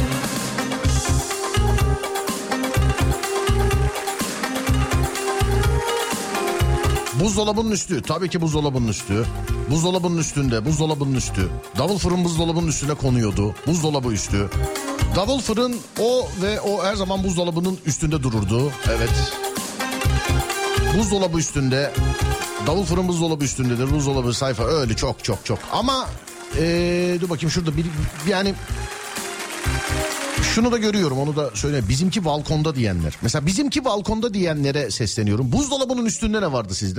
Buzdolabının üstü, tabii ki buzdolabının üstü. Buzdolabının üstünde, buzdolabının üstü. Davul fırın buzdolabının üstüne konuyordu. Buzdolabı üstü. Davul fırın o ve o her zaman buzdolabının üstünde dururdu. Evet. Buzdolabı üstünde. Davul fırın buzdolabı üstündedir. Buzdolabı sayfa öyle çok çok çok. Ama ee, dur bakayım şurada bir yani... Şunu da görüyorum, onu da söyle. Bizimki balkonda diyenler. Mesela bizimki balkonda diyenlere sesleniyorum. Buzdolabının üstünde ne vardı sizde?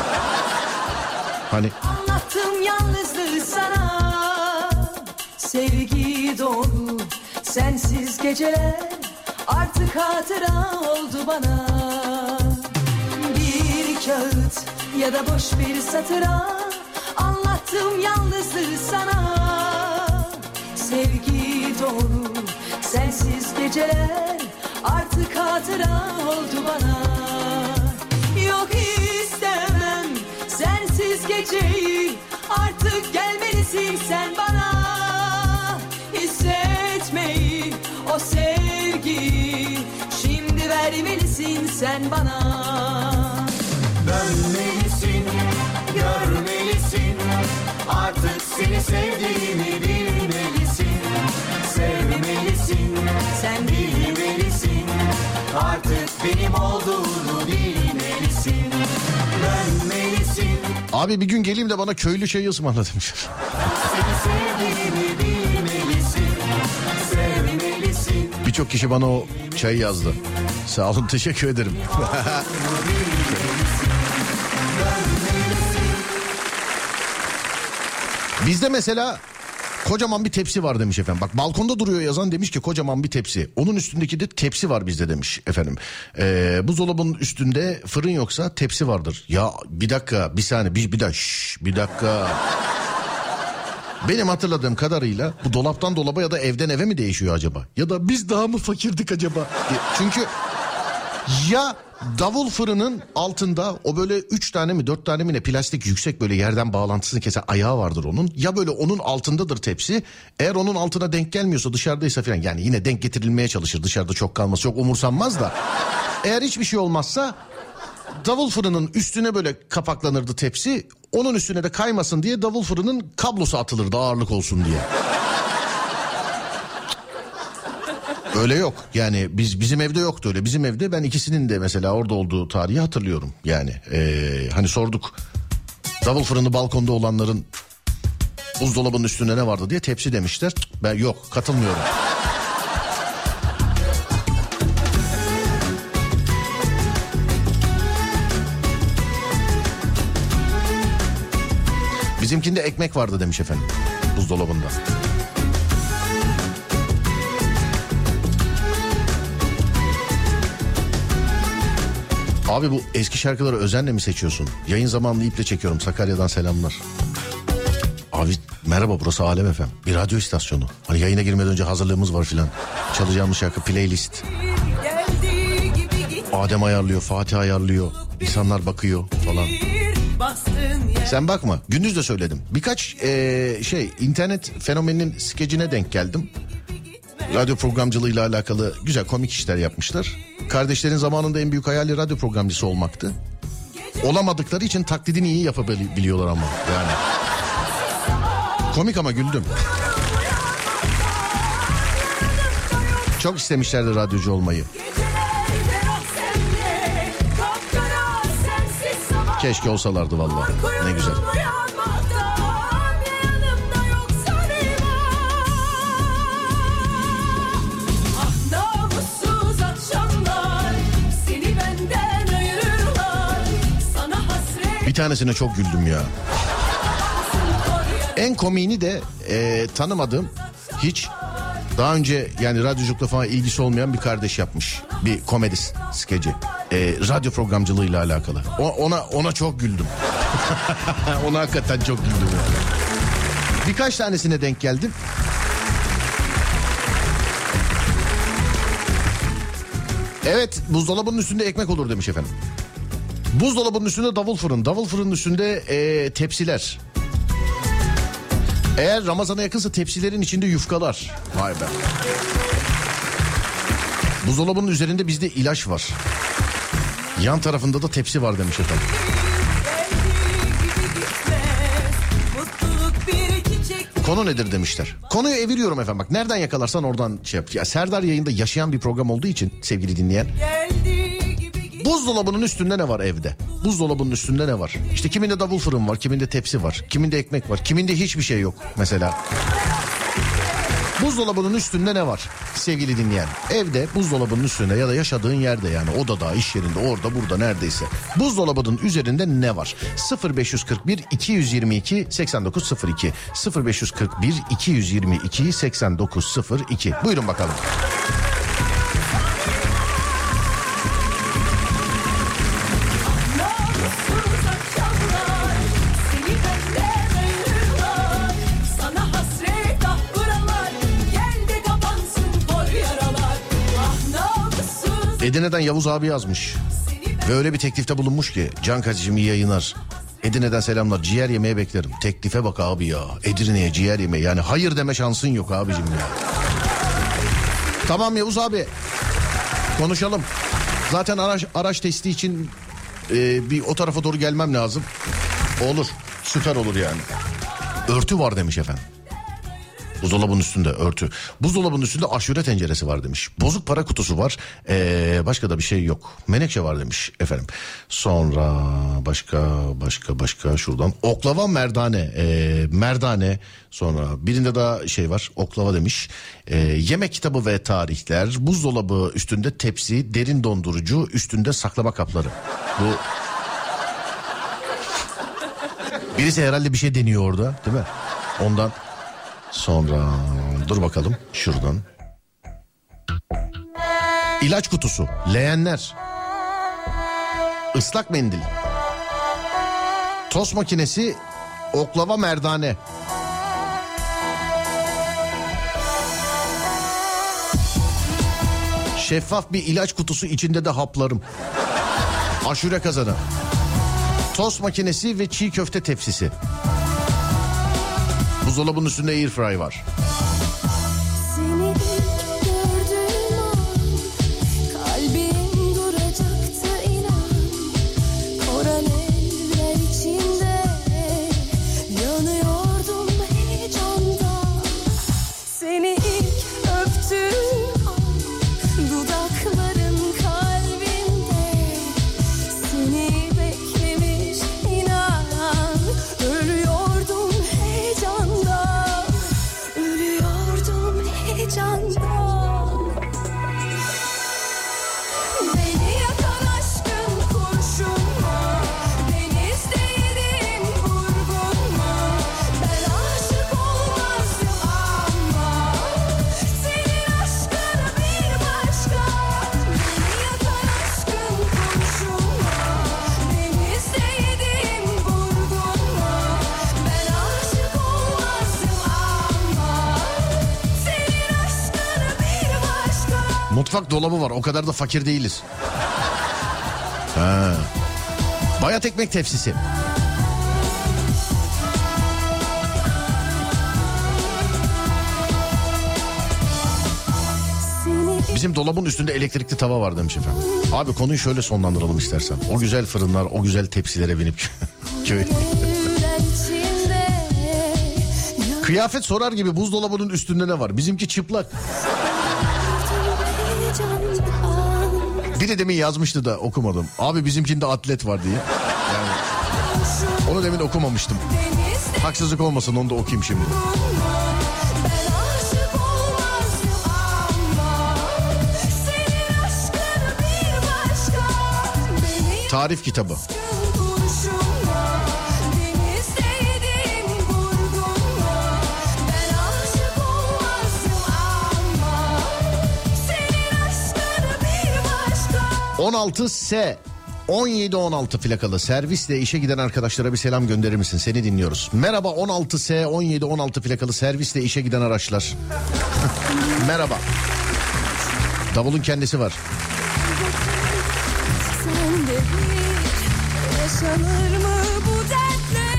Hani anlattım yalnızlığı sana. Sevgi dolu sensiz geceler artık hatıra oldu bana. Bir kağıt ya da boş bir satıra anlattım yalnızlığı sana. Sevgi dolu sensiz geceler artık hatıra oldu bana. Yok istemem sensiz geceyi, artık gelmelisin sen bana. Hissetmeyi, o sevgiyi şimdi vermelisin sen bana. Dönmelisin, görmelisin, artık seni sevdiğimi bilmelisin. Sevmelisin, Sen bilmelisin, artık benim olduğunu bilmelisin. Dönmelisin, abi bir gün geleyim de bana köylü çayı ısmarla demişler. seni sevdiğimi bilmelisin. Sevmelisin, Birçok kişi bana o çayı yazdı. Sağ olun, teşekkür ederim. Bizde mesela kocaman bir tepsi var demiş efendim. Bak balkonda duruyor yazan demiş ki kocaman bir tepsi. Onun üstündeki de tepsi var bizde demiş efendim. Ee, buzdolabının üstünde fırın yoksa tepsi vardır. Ya bir dakika bir saniye bir, bir dakika şş, bir dakika. Benim hatırladığım kadarıyla bu dolaptan dolaba ya da evden eve mi değişiyor acaba? Ya da biz daha mı fakirdik acaba? Çünkü ya davul fırının altında o böyle üç tane mi dört tane mi ne plastik yüksek böyle yerden bağlantısını kesen ayağı vardır onun. Ya böyle onun altındadır tepsi. Eğer onun altına denk gelmiyorsa dışarıdaysa falan, yani yine denk getirilmeye çalışır. Dışarıda çok kalması çok umursanmaz da. Eğer hiçbir şey olmazsa davul fırının üstüne böyle kapaklanırdı tepsi. Onun üstüne de kaymasın diye davul fırının kablosu atılırdı ağırlık olsun diye. Öyle yok yani biz bizim evde yoktu öyle. Bizim evde ben ikisinin de mesela orada olduğu tarihi hatırlıyorum. Yani ee, hani sorduk davul fırını balkonda olanların buzdolabının üstünde ne vardı diye, tepsi demişler. Ben yok, katılmıyorum. Bizimkinde ekmek vardı demiş efendim buzdolabında. Abi bu eski şarkıları özenle mi seçiyorsun? Yayın zamanlı iple çekiyorum. Sakarya'dan selamlar. Abi merhaba, burası Alem F M. Bir radyo istasyonu. Hani yayına girmeden önce hazırlığımız var filan. Çalacağımız şarkı playlist. Adem ayarlıyor, Fatih ayarlıyor. İnsanlar bakıyor falan. Sen bakma. Gündüz de söyledim. Birkaç ee, şey internet fenomeninin skecine denk geldim. Radyo programcılığıyla alakalı güzel komik işler yapmışlar. Kardeşlerin zamanında en büyük hayali radyo programcısı olmaktı. Olamadıkları için taklidini iyi yapabiliyorlar ama yani. Komik ama güldüm. Çok istemişlerdi radyocu olmayı. Keşke olsalardı vallahi. Ne güzel. Bir tanesine çok güldüm ya. En komiğini de e, tanımadığım, hiç daha önce yani radyoculukla falan ilgisi olmayan bir kardeş yapmış. Bir komedi skeci. E, radyo programcılığıyla alakalı. O, ona ona çok güldüm. Ona hakikaten çok güldüm yani. Birkaç tanesine denk geldim. Evet, buzdolabının üstünde ekmek olur demiş efendim. Buzdolabının üstünde davul fırın, davul fırının üstünde e, tepsiler. Eğer Ramazan'a yakınsa tepsilerin içinde yufkalar. Vay be. Buzdolabının üzerinde bizde ilaç var. Yan tarafında da tepsi var demiş efendim. Konu nedir demişler. Konuyu eviriyorum efendim, bak nereden yakalarsan oradan şey yap. Ya Serdar yayında yaşayan bir program olduğu için sevgili dinleyen. Buzdolabının üstünde ne var evde? Buzdolabının üstünde ne var? İşte kiminde davul fırın var, kiminde tepsi var, kiminde ekmek var, kiminde hiçbir şey yok mesela. Buzdolabının üstünde ne var sevgili dinleyen? Evde buzdolabının üstünde ya da yaşadığın yerde, yani odada, iş yerinde, orada, burada, neredeyse. Buzdolabının üzerinde ne var? sıfır beş kırk bir iki yüz yirmi iki seksen dokuz sıfır iki sıfır beş kırk bir iki yüz yirmi iki seksen dokuz sıfır iki. Buyurun bakalım. Edirne'den Yavuz abi yazmış. Ve öyle bir teklifte bulunmuş ki, Can Katıcığım iyi yayınlar. Edirne'den selamlar, ciğer yemeye beklerim. Teklife bak abi ya, Edirne'ye ciğer yemeye, yani hayır deme şansın yok abicim ya. Tamam Yavuz abi, konuşalım. Zaten araç, araç testi için e, bir o tarafa doğru gelmem lazım. Olur, süper olur yani. Örtü var demiş efendim. Buzdolabının üstünde örtü. Buzdolabının üstünde aşure tenceresi var demiş. Bozuk para kutusu var. Ee, başka da bir şey yok. Menekşe var demiş efendim. Sonra başka başka başka şuradan. Oklava merdane. Ee, merdane. Sonra birinde daha şey var. Oklava demiş. Ee, yemek kitabı ve tarihler. Buzdolabı üstünde tepsi. Derin dondurucu. Üstünde saklama kapları. Bu... Birisi herhalde bir şey deniyor orada, değil mi? Ondan... Sonra dur bakalım şuradan. İlaç kutusu, leğenler, ıslak mendil, tost makinesi, oklava merdane. Şeffaf bir ilaç kutusu, içinde de haplarım. Aşure kazanı, tost makinesi ve çiğ köfte tepsisi. Buzdolabının üstünde airfry var. Seni ilk gördüğüm an kalbim duracaktı inan. Koralevler içinde yanıyordum heyecandan. Seni ilk öptüğüm an dudakların kalbimde. Seni beklemiş inan, ölüyordum heyecandan. Ölüyordum heyecandan. Beni yakan aşkın kurşun mu? Denizde yediğin vurgun mu? Ben aşık olmazdım ama senin aşkın bir başka. Beni yakan aşkın kurşun mu? Denizde yediğin vurgun mu? Ben aşık olmazdım ama senin aşkın bir başka. Mutfak dolabı var, o kadar da fakir değiliz. Ha. Bayat ekmek tepsisi. Bizim dolabın üstünde elektrikli tava var demiş efendim. Abi konuyu şöyle sonlandıralım istersen. O güzel fırınlar, o güzel tepsilere binip köy. Kıyafet sorar gibi buzdolabının üstünde ne var? Bizimki çıplak. Biri demin yazmıştı da okumadım. Abi bizimkinde atlet var diye. Yani onu demin okumamıştım. Haksızlık olmasın, onu da okuyayım şimdi. Ben aşık olmazdım ama senin aşkın bir başka. Beni Tarif kitabı. kurşunla on altı S on yedi on altı plakalı servisle işe giden arkadaşlara bir selam gönderir misin? Seni dinliyoruz. Merhaba on altı S on yedi on altı plakalı servisle işe giden araçlar. Merhaba. Davulun kendisi var. Sen de bir yaşanır mı bu dertler?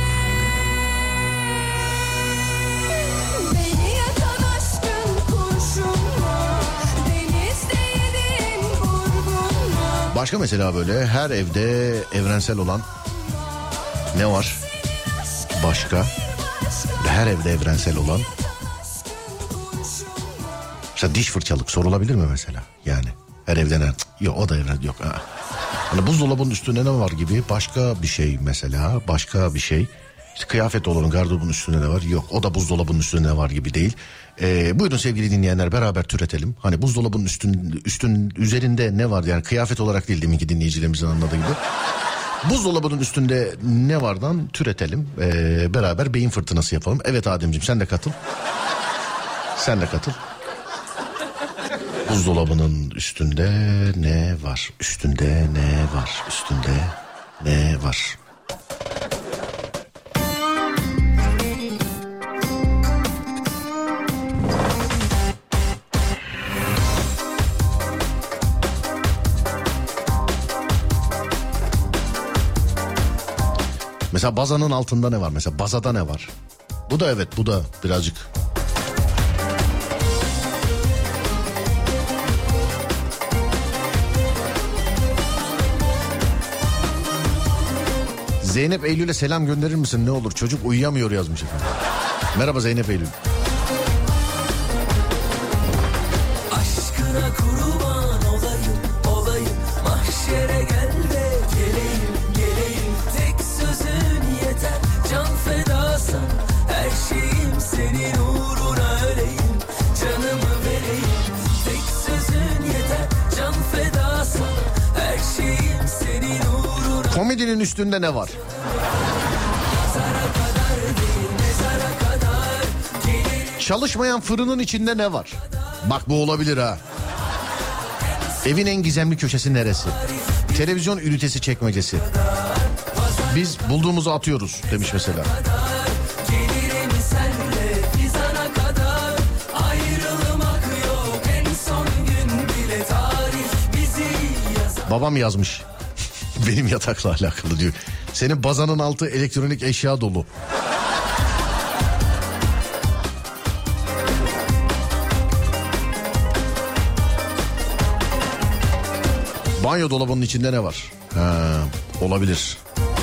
Beni yakan aşkın kurşunla, denizdeydim vurgunla. Başka mesela böyle her evde evrensel olan ne var? Başka her evde evrensel olan mesela diş fırçalık sorulabilir mi mesela? Yani her evde ne? Cık, yok o da evren yok. Ha. Hani buzdolabının üstünde ne var gibi başka bir şey mesela, başka bir şey. İşte kıyafet dolabının, gardırobun üstünde ne var? Yok o da buzdolabının üstünde ne var gibi değil. Ee, buyurun sevgili dinleyenler beraber türetelim. Hani buzdolabının üstün, üstün üzerinde ne var yani kıyafet olarak değil deminki dinleyicilerimizin anladığı gibi. Buzdolabının üstünde ne vardan türetelim. Ee, beraber beyin fırtınası yapalım. Evet Ademciğim sen de katıl. Sen de katıl. Buzdolabının üstünde ne var? Üstünde ne var? Üstünde ne var? Mesela bazanın altında ne var? Mesela bazada ne var? Bu da evet bu da birazcık... Zeynep Eylül'e selam gönderir misin ne olur? Çocuk uyuyamıyor yazmış efendim. Merhaba Zeynep Eylül. Aşkına kurban olayım, olayım. Mahşere gel de geleyim, geleyim. Tek sözün yeter, can fedasın. Her şeyim senin uğruna öleyim. Canımı vereyim. Tek sözün yeter, can fedasın. Her şeyim senin uğruna. Komedinin üstünde ne var? Çalışmayan fırının içinde ne var? Bak bu olabilir ha. Evin en gizemli köşesi neresi? Televizyon ünitesi çekmecesi. Biz bulduğumuzu atıyoruz demiş mesela. Babam yazmış. Benim yatakla alakalı diyor. Senin bazanın altı elektronik eşya dolu. Banyo dolabının içinde ne var? Ha, olabilir.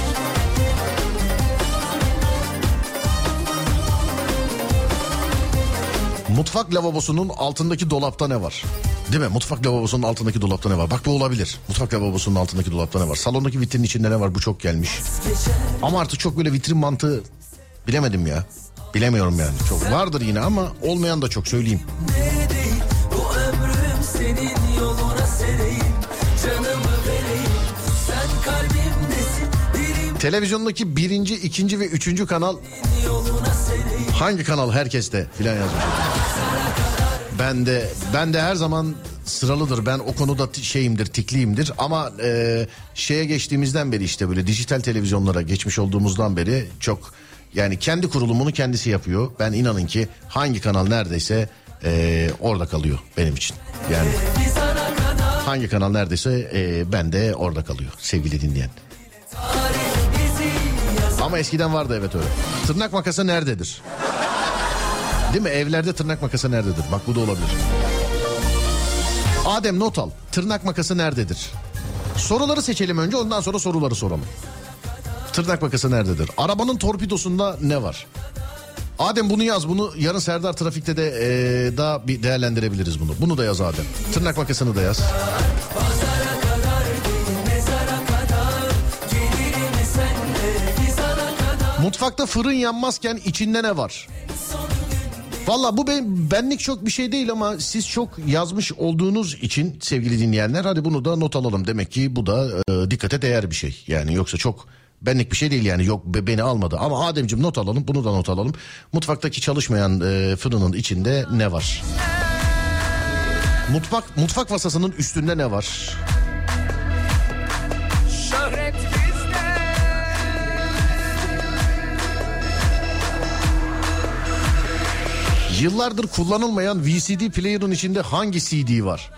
Mutfak lavabosunun altındaki dolapta ne var? Değil mi? Mutfak lavabosunun altındaki dolapta ne var? Bak bu olabilir. Mutfak lavabosunun altındaki dolapta ne var? Salondaki vitrinin içinde ne var? Bu çok gelmiş. Ama artık çok böyle vitrin mantığı bilemedim ya. Bilemiyorum yani. Çok vardır yine ama olmayan da çok söyleyeyim. Bu ömrüm senin yoluna sereyim. Canımı vereyim. Sen kalbimdesin. Dilim Televizyondaki birinci, ikinci ve üçüncü kanal yoluna sereyim. hangi kanal herkeste filan yazmış. Ben de ben de her zaman sıralıdır. Ben o konuda t- şeyimdir, tikliyimdir. Ama e, şeye geçtiğimizden beri işte böyle dijital televizyonlara geçmiş olduğumuzdan beri çok yani kendi kurulumunu kendisi yapıyor. Ben inanın ki hangi kanal neredeyse e, orada kalıyor benim için. Yani hangi kanal neredeyse e, ben de orada kalıyor sevgili dinleyen. Ama eskiden vardı evet öyle. Tırnak makası nerededir? Değil mi? Evlerde tırnak makası nerededir? Bak bu da olabilir. Adem not al. Tırnak makası nerededir? Soruları seçelim önce ondan sonra soruları soralım. Tırnak makası nerededir? Arabanın torpidosunda ne var? Adem bunu yaz. Bunu yarın Serdar Trafik'te de ee, daha bir değerlendirebiliriz bunu. Bunu da yaz Adem. Tırnak makasını da yaz. Mutfakta fırın yanmazken içinde ne var? Valla bu ben, benlik çok bir şey değil ama siz çok yazmış olduğunuz için sevgili dinleyenler hadi bunu da not alalım. Demek ki bu da e, dikkate değer bir şey. Yani yoksa çok benlik bir şey değil yani yok be, beni almadı. Ama Ademciğim not alalım bunu da not alalım. Mutfaktaki çalışmayan e, fırının içinde ne var? Mutfak mutfak masasının üstünde ne var? Yıllardır kullanılmayan V C D player'ın içinde hangi C D var?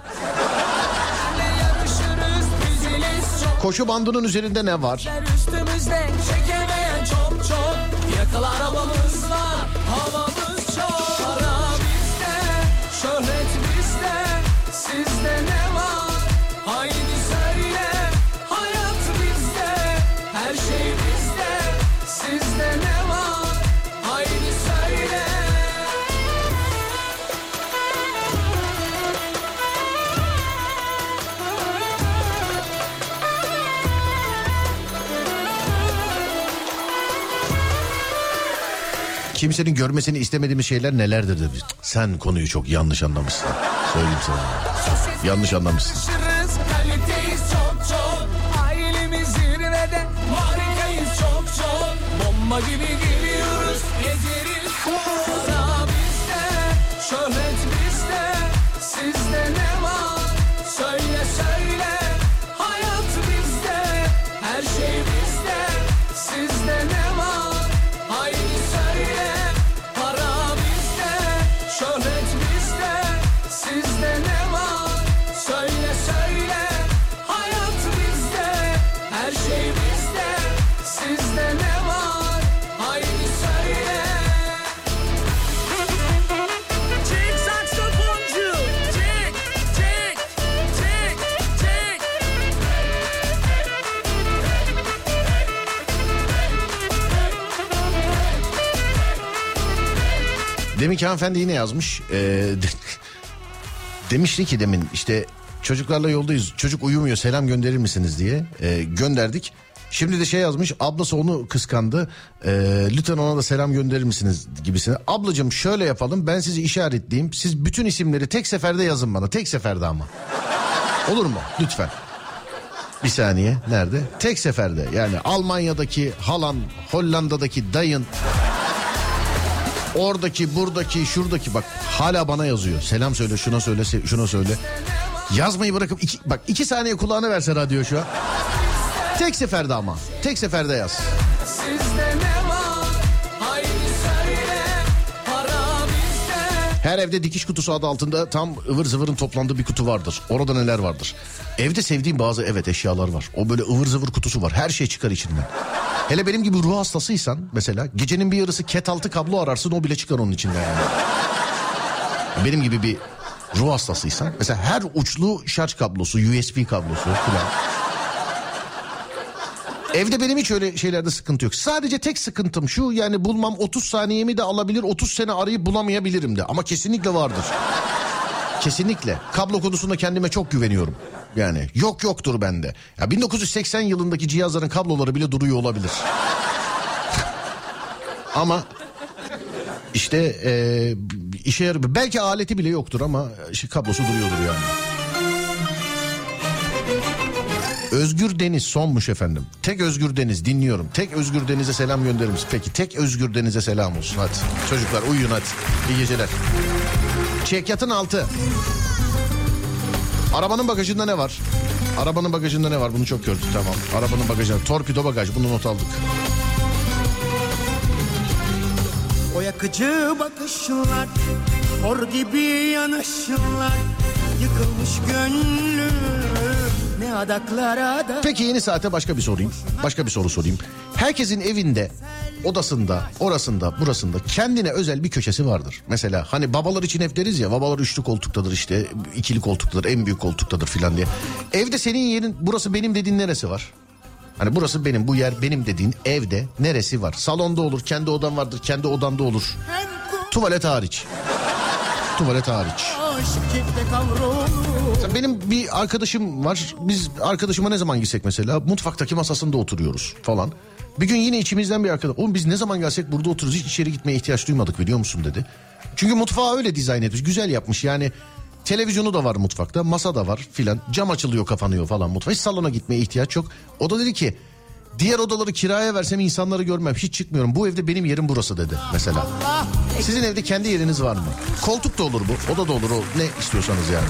Koşu bandının üzerinde ne var? Üstümüzde çekemeyen çok çok yakalı arabamız var, havamız çok. Para bizde, şöhret bizde, sizde ne var? Haydi söyle, hayat bizde, her şey bizde, sizde ne var? Haydi söyle. Kimsenin görmesini istemediğimiz şeyler nelerdir dedi. Sen konuyu çok yanlış anlamışsın. Söyleyeyim sana. Yanlış anlamışsın. Kaliteyiz çok çok, ailemiz zirvede, harikayız çok çok. Bomba gibi geliyoruz, gezeriz. Para bizde, şöhret bizde, sizde ne var? Söyle söyle, hayat bizde, her şey bizde, sizde ne var? Haydi söyle, para bizde, şöhret bizde, sizde ne var? Söyle söyle, hayat bizde, her şey bizde, sizde ne var? Haydi söyle. Çek saksafoncu, çek, çek, çek, çek. Deminki hanımefendi yine yazmış. Ee, de- demişti ki demin işte çocuklarla yoldayız. Çocuk uyumuyor, selam gönderir misiniz diye Ee, gönderdik. Şimdi de şey yazmış, ablası onu kıskandı. Ee, lütfen ona da selam gönderir misiniz gibisine. Ablacığım şöyle yapalım, ben sizi işaretleyeyim. Siz bütün isimleri tek seferde yazın bana. Tek seferde ama. Olur mu? Lütfen. Bir saniye. Nerede? Tek seferde. Yani Almanya'daki halan, Hollanda'daki dayın, oradaki, buradaki, şuradaki, bak hala bana yazıyor. Selam söyle, şuna söyle, se- şuna söyle. Yazmayı bırakıp iki, bak iki saniye kulağına verse radyo şu an. Tek seferde ama. Tek seferde yaz. Sizde ne var? Haydi söyle, para bizde. Her evde dikiş kutusu adı altında tam ıvır zıvırın toplandığı bir kutu vardır. Orada neler vardır? Evde sevdiğim bazı evet eşyalar var. O böyle ıvır zıvır kutusu var. Her şey çıkar içinden. Hele benim gibi ruh hastasıysan mesela gecenin bir yarısı ket altı kablo ararsın, o bile çıkar onun içinden yani. Benim gibi bir ruh hastasıysan mesela her uçlu şarj kablosu, U S B kablosu falan. Evde benim hiç öyle şeylerde sıkıntı yok. Sadece tek sıkıntım şu, yani bulmam otuz saniyemi de alabilir, otuz sene arayıp bulamayabilirim de. Ama kesinlikle vardır. Kesinlikle. Kablo konusunda kendime çok güveniyorum. Yani yok yoktur bende. Ya bin dokuz yüz seksen yılındaki cihazların kabloları bile duruyor olabilir. Ama işte e, işe yarıyor. Belki aleti bile yoktur ama işte kablosu duruyordur yani. Özgür Deniz sonmuş efendim. Tek Özgür Deniz dinliyorum. Tek Özgür Deniz'e selam gönderir misin? Peki tek Özgür Deniz'e selam olsun hadi. Çocuklar uyuyun hadi. İyi geceler. Çekyatın altı. Arabanın bagajında ne var? Arabanın bagajında ne var? Bunu çok gördük, tamam. Arabanın bagajında torpido bagaj, bunu not aldık. O yakıcı bakışlar, hor gibi yanışlar, yıkılmış gönlüm ne adaklara da. Peki yeni saate başka bir sorayım. Başka bir soru sorayım. Herkesin evinde, odasında, orasında, burasında kendine özel bir köşesi vardır. Mesela hani babalar için ev deriz ya, babalar üçlü koltuktadır işte, ikili koltuktadır, en büyük koltuktadır filan diye. Evde senin yerin, burası benim dediğin neresi var? Hani burası benim, bu yer benim dediğin evde neresi var? Salonda olur, kendi odan vardır, kendi odanda olur. Tuvalet hariç. Tuvalet hariç. Mesela benim bir arkadaşım var. Biz arkadaşıma ne zaman gitsek mesela mutfaktaki masasında oturuyoruz falan. Bir gün yine içimizden bir arkadaş, oğlum biz ne zaman gelsek burada otururuz, hiç içeri gitmeye ihtiyaç duymadık biliyor musun dedi. Çünkü mutfağı öyle dizayn etmiş, güzel yapmış yani. Televizyonu da var mutfakta, masa da var filan, cam açılıyor kapanıyor falan mutfağa, hiç salona gitmeye ihtiyaç yok. O da dedi ki diğer odaları kiraya versem insanları görmem, hiç çıkmıyorum, bu evde benim yerim burası dedi mesela. Sizin evde kendi yeriniz var mı? Koltuk da olur bu, oda da olur, o ne istiyorsanız yani.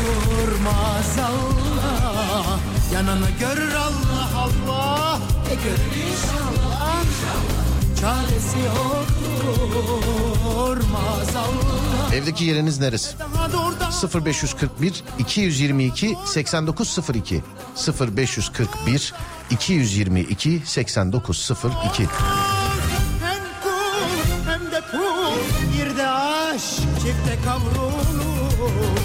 Allah, yanını görür Allah Allah, e görür inşallah, çaresi yoktur maazallah. Evdeki yeriniz neresi? sıfır beş kırk bir iki yüz yirmi iki seksen dokuz sıfır iki sıfır beş kırk bir iki yüz yirmi iki seksen dokuz sıfır iki. Hem kul hem de pul, bir de aşk çifte kavrulur.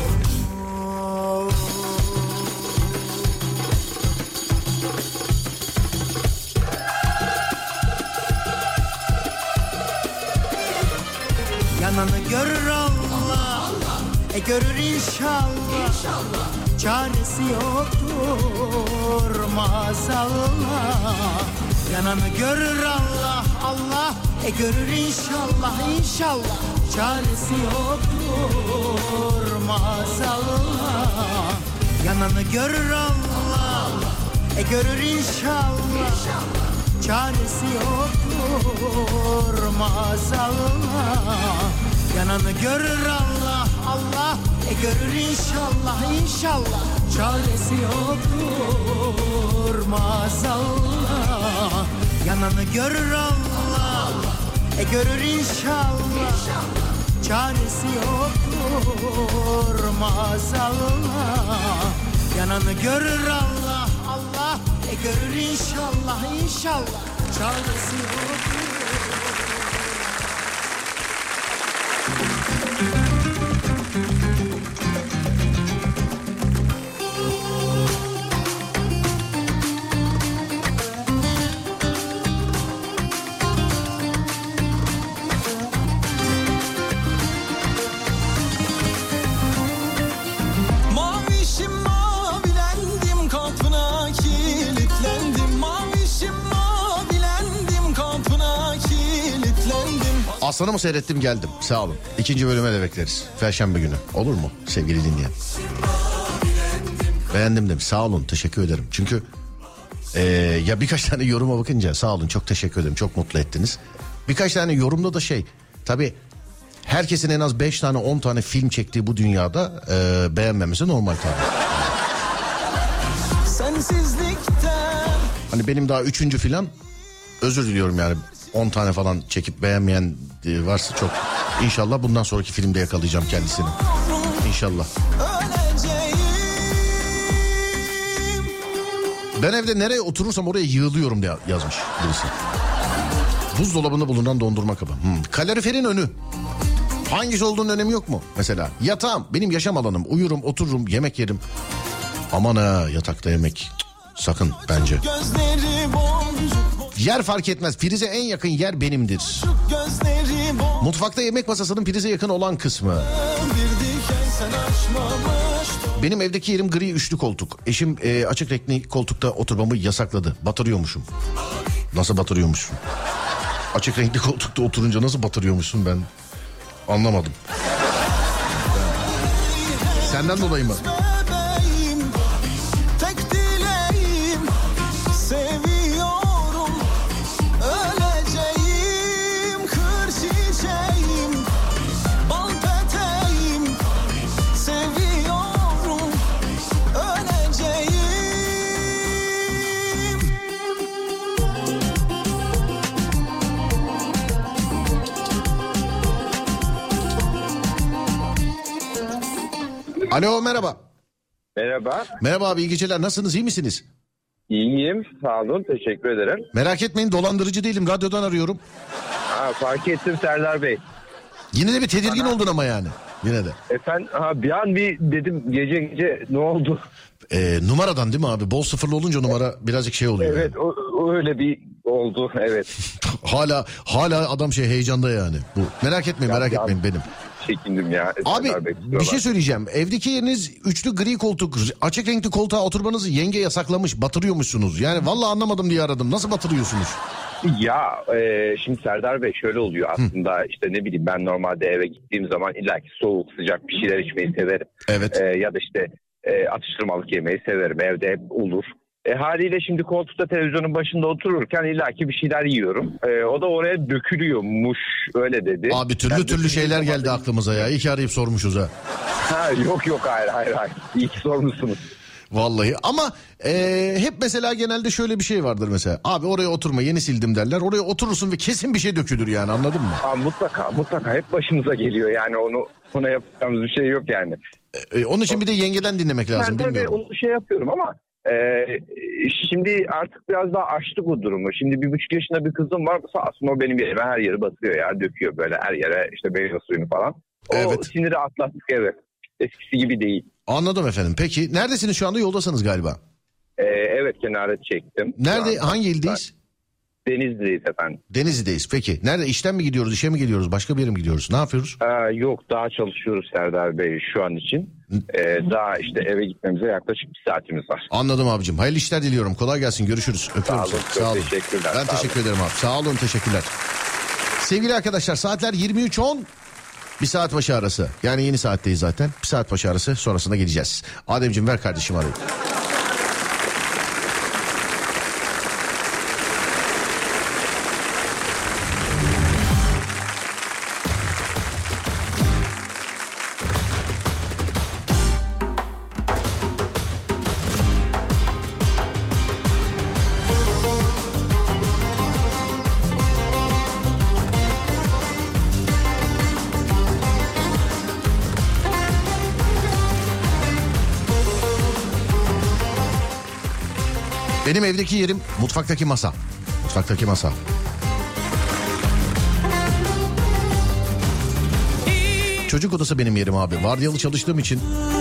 Yananı görür Allah, e görür inşallah. Çaresi yoktur maazallah. Yananı görür Allah, Allah, e görür inşallah, inşallah. Çaresi yoktur maazallah. Yananı görür Allah, e görür inşallah. Çaresi yoktur maazallah. Yananı görür Allah, Allah, e görür inşallah, inşallah. Çaresi yoktur maazallah. Yananı görür Allah, e görür inşallah. Çaresi yoktur maazallah. Yananı görür Allah, Allah, e görür inşallah, inşallah. Çaresi yoktur. Aslanı mı seyrettim geldim. Sağ olun. İkinci bölüme de bekleriz. Perşembe günü. Olur mu sevgili dinleyen? Beğendim demiş. Sağ olun. Teşekkür ederim. Çünkü ee, ya birkaç tane yoruma bakınca sağ olun. Çok teşekkür ederim. Çok mutlu ettiniz. Birkaç tane yorumda da şey. Tabii herkesin en az beş tane on tane film çektiği bu dünyada ee, beğenmemesi normal tabii. Sensizlikten. Hani benim daha üçüncü filan, özür diliyorum yani. on tane falan çekip beğenmeyen varsa çok. İnşallah bundan sonraki filmde yakalayacağım kendisini. İnşallah. Ben evde nereye oturursam oraya yığılıyorum diye yazmış birisi. Buzdolabında bulunan dondurma kabı. Hmm. Kaloriferin önü. Hangisi olduğunun önemi yok mu? Mesela yatağım benim yaşam alanım. Uyurum, otururum, yemek yerim. Aman ha, yatakta yemek. Cık, sakın bence. Yer fark etmez. Prize en yakın yer benimdir. Mutfakta yemek masasının prize yakın olan kısmı. Benim evdeki yerim gri üçlü koltuk. Eşim e, açık renkli koltukta oturmamı yasakladı. Batırıyormuşum. Nasıl batırıyormuşum? Açık renkli koltukta oturunca nasıl batırıyormuşsun ben anlamadım. Senden dolayı mı? Alo, merhaba. Merhaba. Merhaba abi, iyi geceler. Nasılsınız, iyi misiniz? İyiyim, sağ olun, teşekkür ederim. Merak etmeyin, dolandırıcı değilim, radyodan arıyorum. Ha, fark ettim Serdar Bey. Yine de bir tedirgin oldun ama yani. Yine de. Efendim, ha, bir an bir dedim gece gece ne oldu? Ee, numaradan değil mi abi? Bol sıfırlı olunca numara birazcık şey oluyor. Evet, yani. o, o öyle bir oldu, evet. hala hala adam şey heyecanda yani. Bu. Merak etmeyin, Ya, merak ya. etmeyin benim. Çekindim ya. Abi Bey, bir şey söyleyeceğim. Evdeki yeriniz üçlü gri koltuk, açık renkli koltuğa oturmanızı yenge yasaklamış, batırıyormuşsunuz. Yani vallahi anlamadım diye aradım. Nasıl batırıyorsunuz? Ya e, şimdi Serdar Bey şöyle oluyor aslında. Hı. işte ne bileyim, ben normalde eve gittiğim zaman illaki soğuk sıcak bir şeyler içmeyi severim. Evet. E, ya da işte e, atıştırmalık yemeyi severim. Evde hep olur. E, haliyle şimdi koltukta televizyonun başında otururken illaki bir şeyler yiyorum. E, o da oraya dökülüyormuş, öyle dedi. Abi türlü ben türlü şeyler geldi aklımıza ya. İyi ki arayıp sormuşuz ha. Ha, yok yok hayır hayır hayır. İyi ki sormuşsunuz. Vallahi ama e, hep mesela genelde şöyle bir şey vardır mesela. Abi oraya oturma, yeni sildim derler. Oraya oturursun ve kesin bir şey dökülür yani, anladın mı? Aa, mutlaka mutlaka hep başımıza geliyor yani, onu ona yapacağımız bir şey yok yani. E, onun için bir de yengeden dinlemek lazım, Ben tabii bilmiyorum. onu şey yapıyorum ama e, şimdi artık biraz daha aştık o durumu. Şimdi bir buçuk yaşında bir kızım var, sağ olsun o benim yerime her yeri basıyor ya, döküyor böyle her yere işte meyve suyunu falan. O Evet. siniri atlattık, evet. Eskisi gibi değil. Anladım efendim. Peki neredesiniz şu anda? Yoldasınız galiba. E, evet, kenara çektim. Nerede, Şu anda. hangi ildeyiz? Denizli'deyiz efendim. Denizli'deyiz. Peki nerede, işten mi gidiyoruz, işe mi gidiyoruz, başka bir yere mi gidiyoruz, ne yapıyoruz? Ee, yok, daha çalışıyoruz Serdar Bey şu an için. Ee, daha işte eve gitmemize yaklaşık bir saatimiz var. Anladım abicim. Hayırlı işler diliyorum. Kolay gelsin. Görüşürüz. Öpüyorum. Sağ olun, seni. çok teşekkürler. Ben Sağ teşekkür ederim abi. Sağ olun, teşekkürler. Sevgili arkadaşlar, saatler yirmi üç on. Bir saat başı arası. Yani yeni saatteyiz zaten. Bir saat başı arası, sonrasında gideceğiz. Ademciğim ver kardeşim arayı. Benim evdeki yerim mutfaktaki masa. Mutfaktaki masa. Çocuk odası benim yerim abi. Vardiyalı çalıştığım için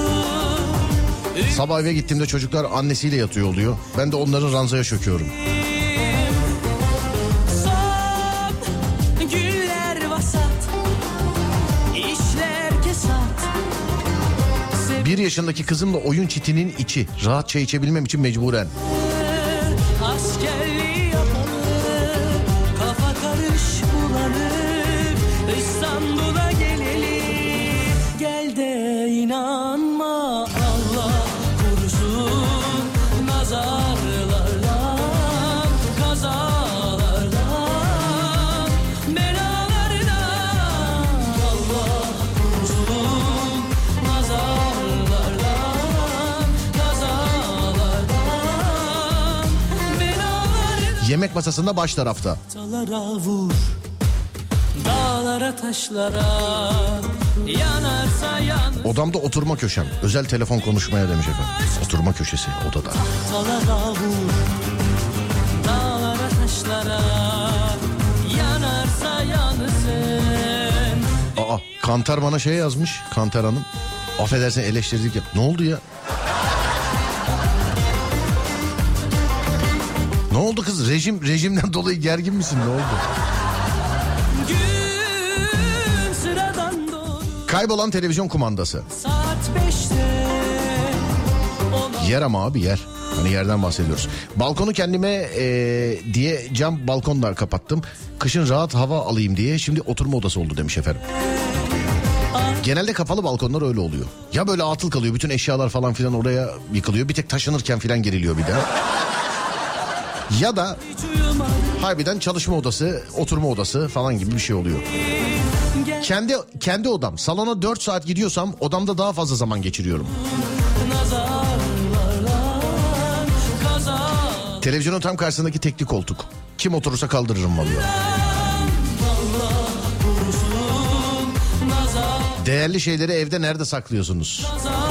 sabah eve gittiğimde çocuklar annesiyle yatıyor oluyor. Ben de onların ranzaya çöküyorum. Son güller vasat, işler kesat. Bir yaşındaki kızımla oyun çitinin içi. Rahatça içebilmem için mecburen. Askerliği yapalım, kafa karış bulanır, İstanbul'a gelelim, gel de inanma, Allah korusun nazarlardan, kazalardan, belalardan, Allah korusun nazarlardan, kazalardan, belalardan. Yemek masasında baş tarafta. Dağlara vur, dağlara taşlara, yanarsa yan. Odamda oturma köşem. Özel telefon konuşmaya demiş efendim. Oturma köşesi odada. Dağlara vur, dağlara taşlara, yanarsa yansın. Aa, Kantar bana şey yazmış. Kantar Hanım. Affedersin, eleştirdik yap. Ne oldu ya? Ne oldu kız? Rejim rejimden dolayı gergin misin? Ne oldu? Gün sıradan doğdu, Kaybolan televizyon kumandası. saat beşte. Ona Yer ama abi, yer. Hani yerden bahsediyoruz. Balkonu kendime ee, diye cam balkonla kapattım. Kışın rahat hava alayım diye. Şimdi oturma odası oldu demiş efendim. Genelde kapalı balkonlar öyle oluyor. Ya böyle atıl kalıyor. Bütün eşyalar falan filan oraya yıkılıyor. Bir tek taşınırken filan geriliyor bir daha. Ya da harbiden çalışma odası, oturma odası falan gibi bir şey oluyor. Kendi kendi odam. Salona dört saat gidiyorsam odamda daha fazla zaman geçiriyorum. Televizyonun tam karşısındaki tekli koltuk. Kim oturursa kaldırırım vallahi. Değerli şeyleri evde nerede saklıyorsunuz?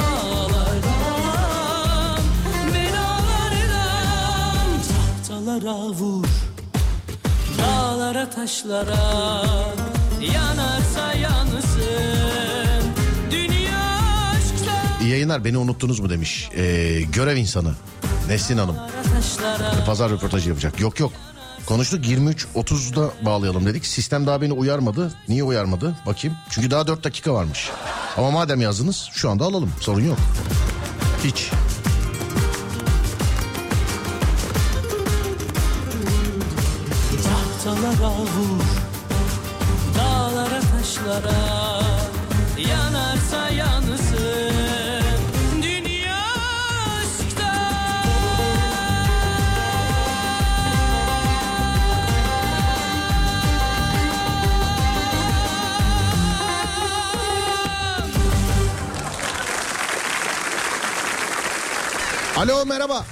Tahtalara vur, dağlara taşlara, yanarsa yansın. Dünya aşkta İyi yayınlar, beni unuttunuz mu demiş. Ee, görev insanı Nesrin Hanım. taşlara. Pazar röportajı yapacak. Yok yok. Konuştuk, yirmi üç otuzda bağlayalım dedik. Sistem daha beni uyarmadı. Niye uyarmadı? Bakayım. Çünkü daha dört dakika varmış. Ama madem yazdınız şu anda alalım. Sorun yok. Hiç. Tahtalara vur, dağlara taşlara, yanarsa yansın. Dünya aşkta. Alo merhaba.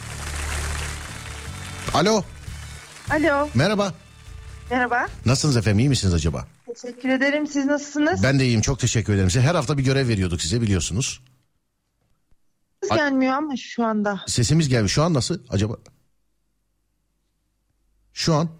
Alo. Alo. Merhaba. Merhaba. Nasılsınız efendim, iyi misiniz acaba? Teşekkür ederim. Siz nasılsınız? Ben de iyiyim, çok teşekkür ederim size. Her hafta bir görev veriyorduk size, biliyorsunuz. Ses gelmiyor ama şu anda. Sesimiz gelmiş. Şu an nasıl acaba? Şu an.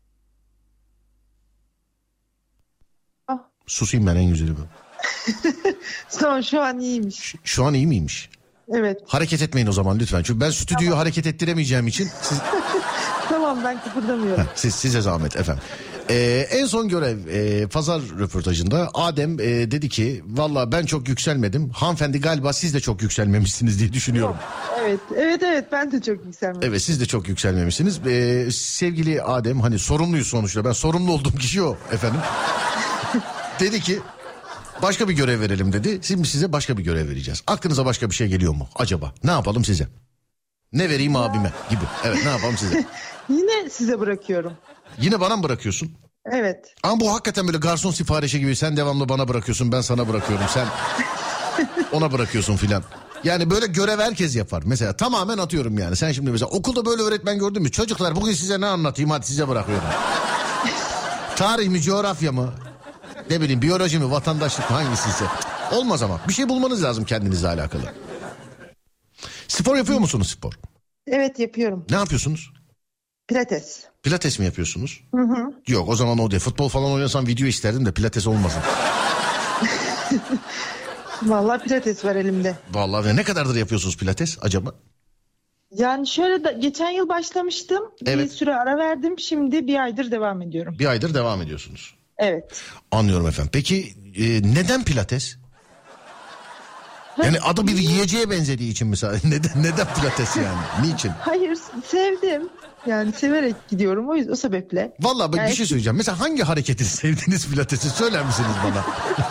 Ah. Susayım ben en güzeli bu. Son şu an iyiymiş. Şu an iyi miymiş? Evet. Hareket etmeyin o zaman lütfen. Çünkü ben stüdyoyu Tamam. hareket ettiremeyeceğim için siz, Tamam, ben kıpırdamıyorum. siz size zahmet efendim. Ee, en son görev e, pazar röportajında Adem e, dedi ki valla ben çok yükselmedim. Hanımefendi galiba siz de çok yükselmemişsiniz diye düşünüyorum. Evet, evet, evet, ben de çok yükselmedim. Evet, siz de çok yükselmemişsiniz. Ee, sevgili Adem, hani sorumluyuz sonuçta. Ben sorumlu olduğum kişi o efendim. Dedi ki başka bir görev verelim dedi. Şimdi size başka bir görev vereceğiz. Aklınıza başka bir şey geliyor mu acaba? Ne yapalım size? Ne vereyim abime gibi. Evet, ne yapalım size? Yine size bırakıyorum. Yine bana mı bırakıyorsun? Evet. Ama bu hakikaten böyle garson siparişi gibi. Sen devamlı bana bırakıyorsun, ben sana bırakıyorum. Sen ona bırakıyorsun filan. Yani böyle görev herkes yapar. Mesela tamamen atıyorum yani. Sen şimdi mesela okulda böyle öğretmen gördün mü? Çocuklar bugün size ne anlatayım, hadi size bırakıyorum. Tarih mi, coğrafya mı? Ne bileyim, biyoloji mi, vatandaşlık mı, hangisiyse. Olmaz ama. Bir şey bulmanız lazım kendinizle alakalı. Spor yapıyor musunuz spor? Evet, yapıyorum. Ne yapıyorsunuz? Pilates. Pilates mi yapıyorsunuz? Hı hı. Yok, o zaman o değil. Futbol falan oynasam video isterdim de pilates olmasın. Vallahi pilates var elimde. Vallahi ne kadardır yapıyorsunuz pilates acaba? Yani şöyle da geçen yıl başlamıştım. Evet. Bir süre ara verdim. Şimdi bir aydır devam ediyorum. Bir aydır devam ediyorsunuz. Evet. Anlıyorum efendim. Peki e, neden pilates? Yani adı bir yiyeceğe benzediği için mesela. Neden, neden pilates yani? Niçin? Hayır, sevdim. Yani severek gidiyorum o yüzden, o sebeple. Vallahi bak Yani- bir şey söyleyeceğim. Mesela hangi hareketini sevdiğiniz pilatesi söyler misiniz bana?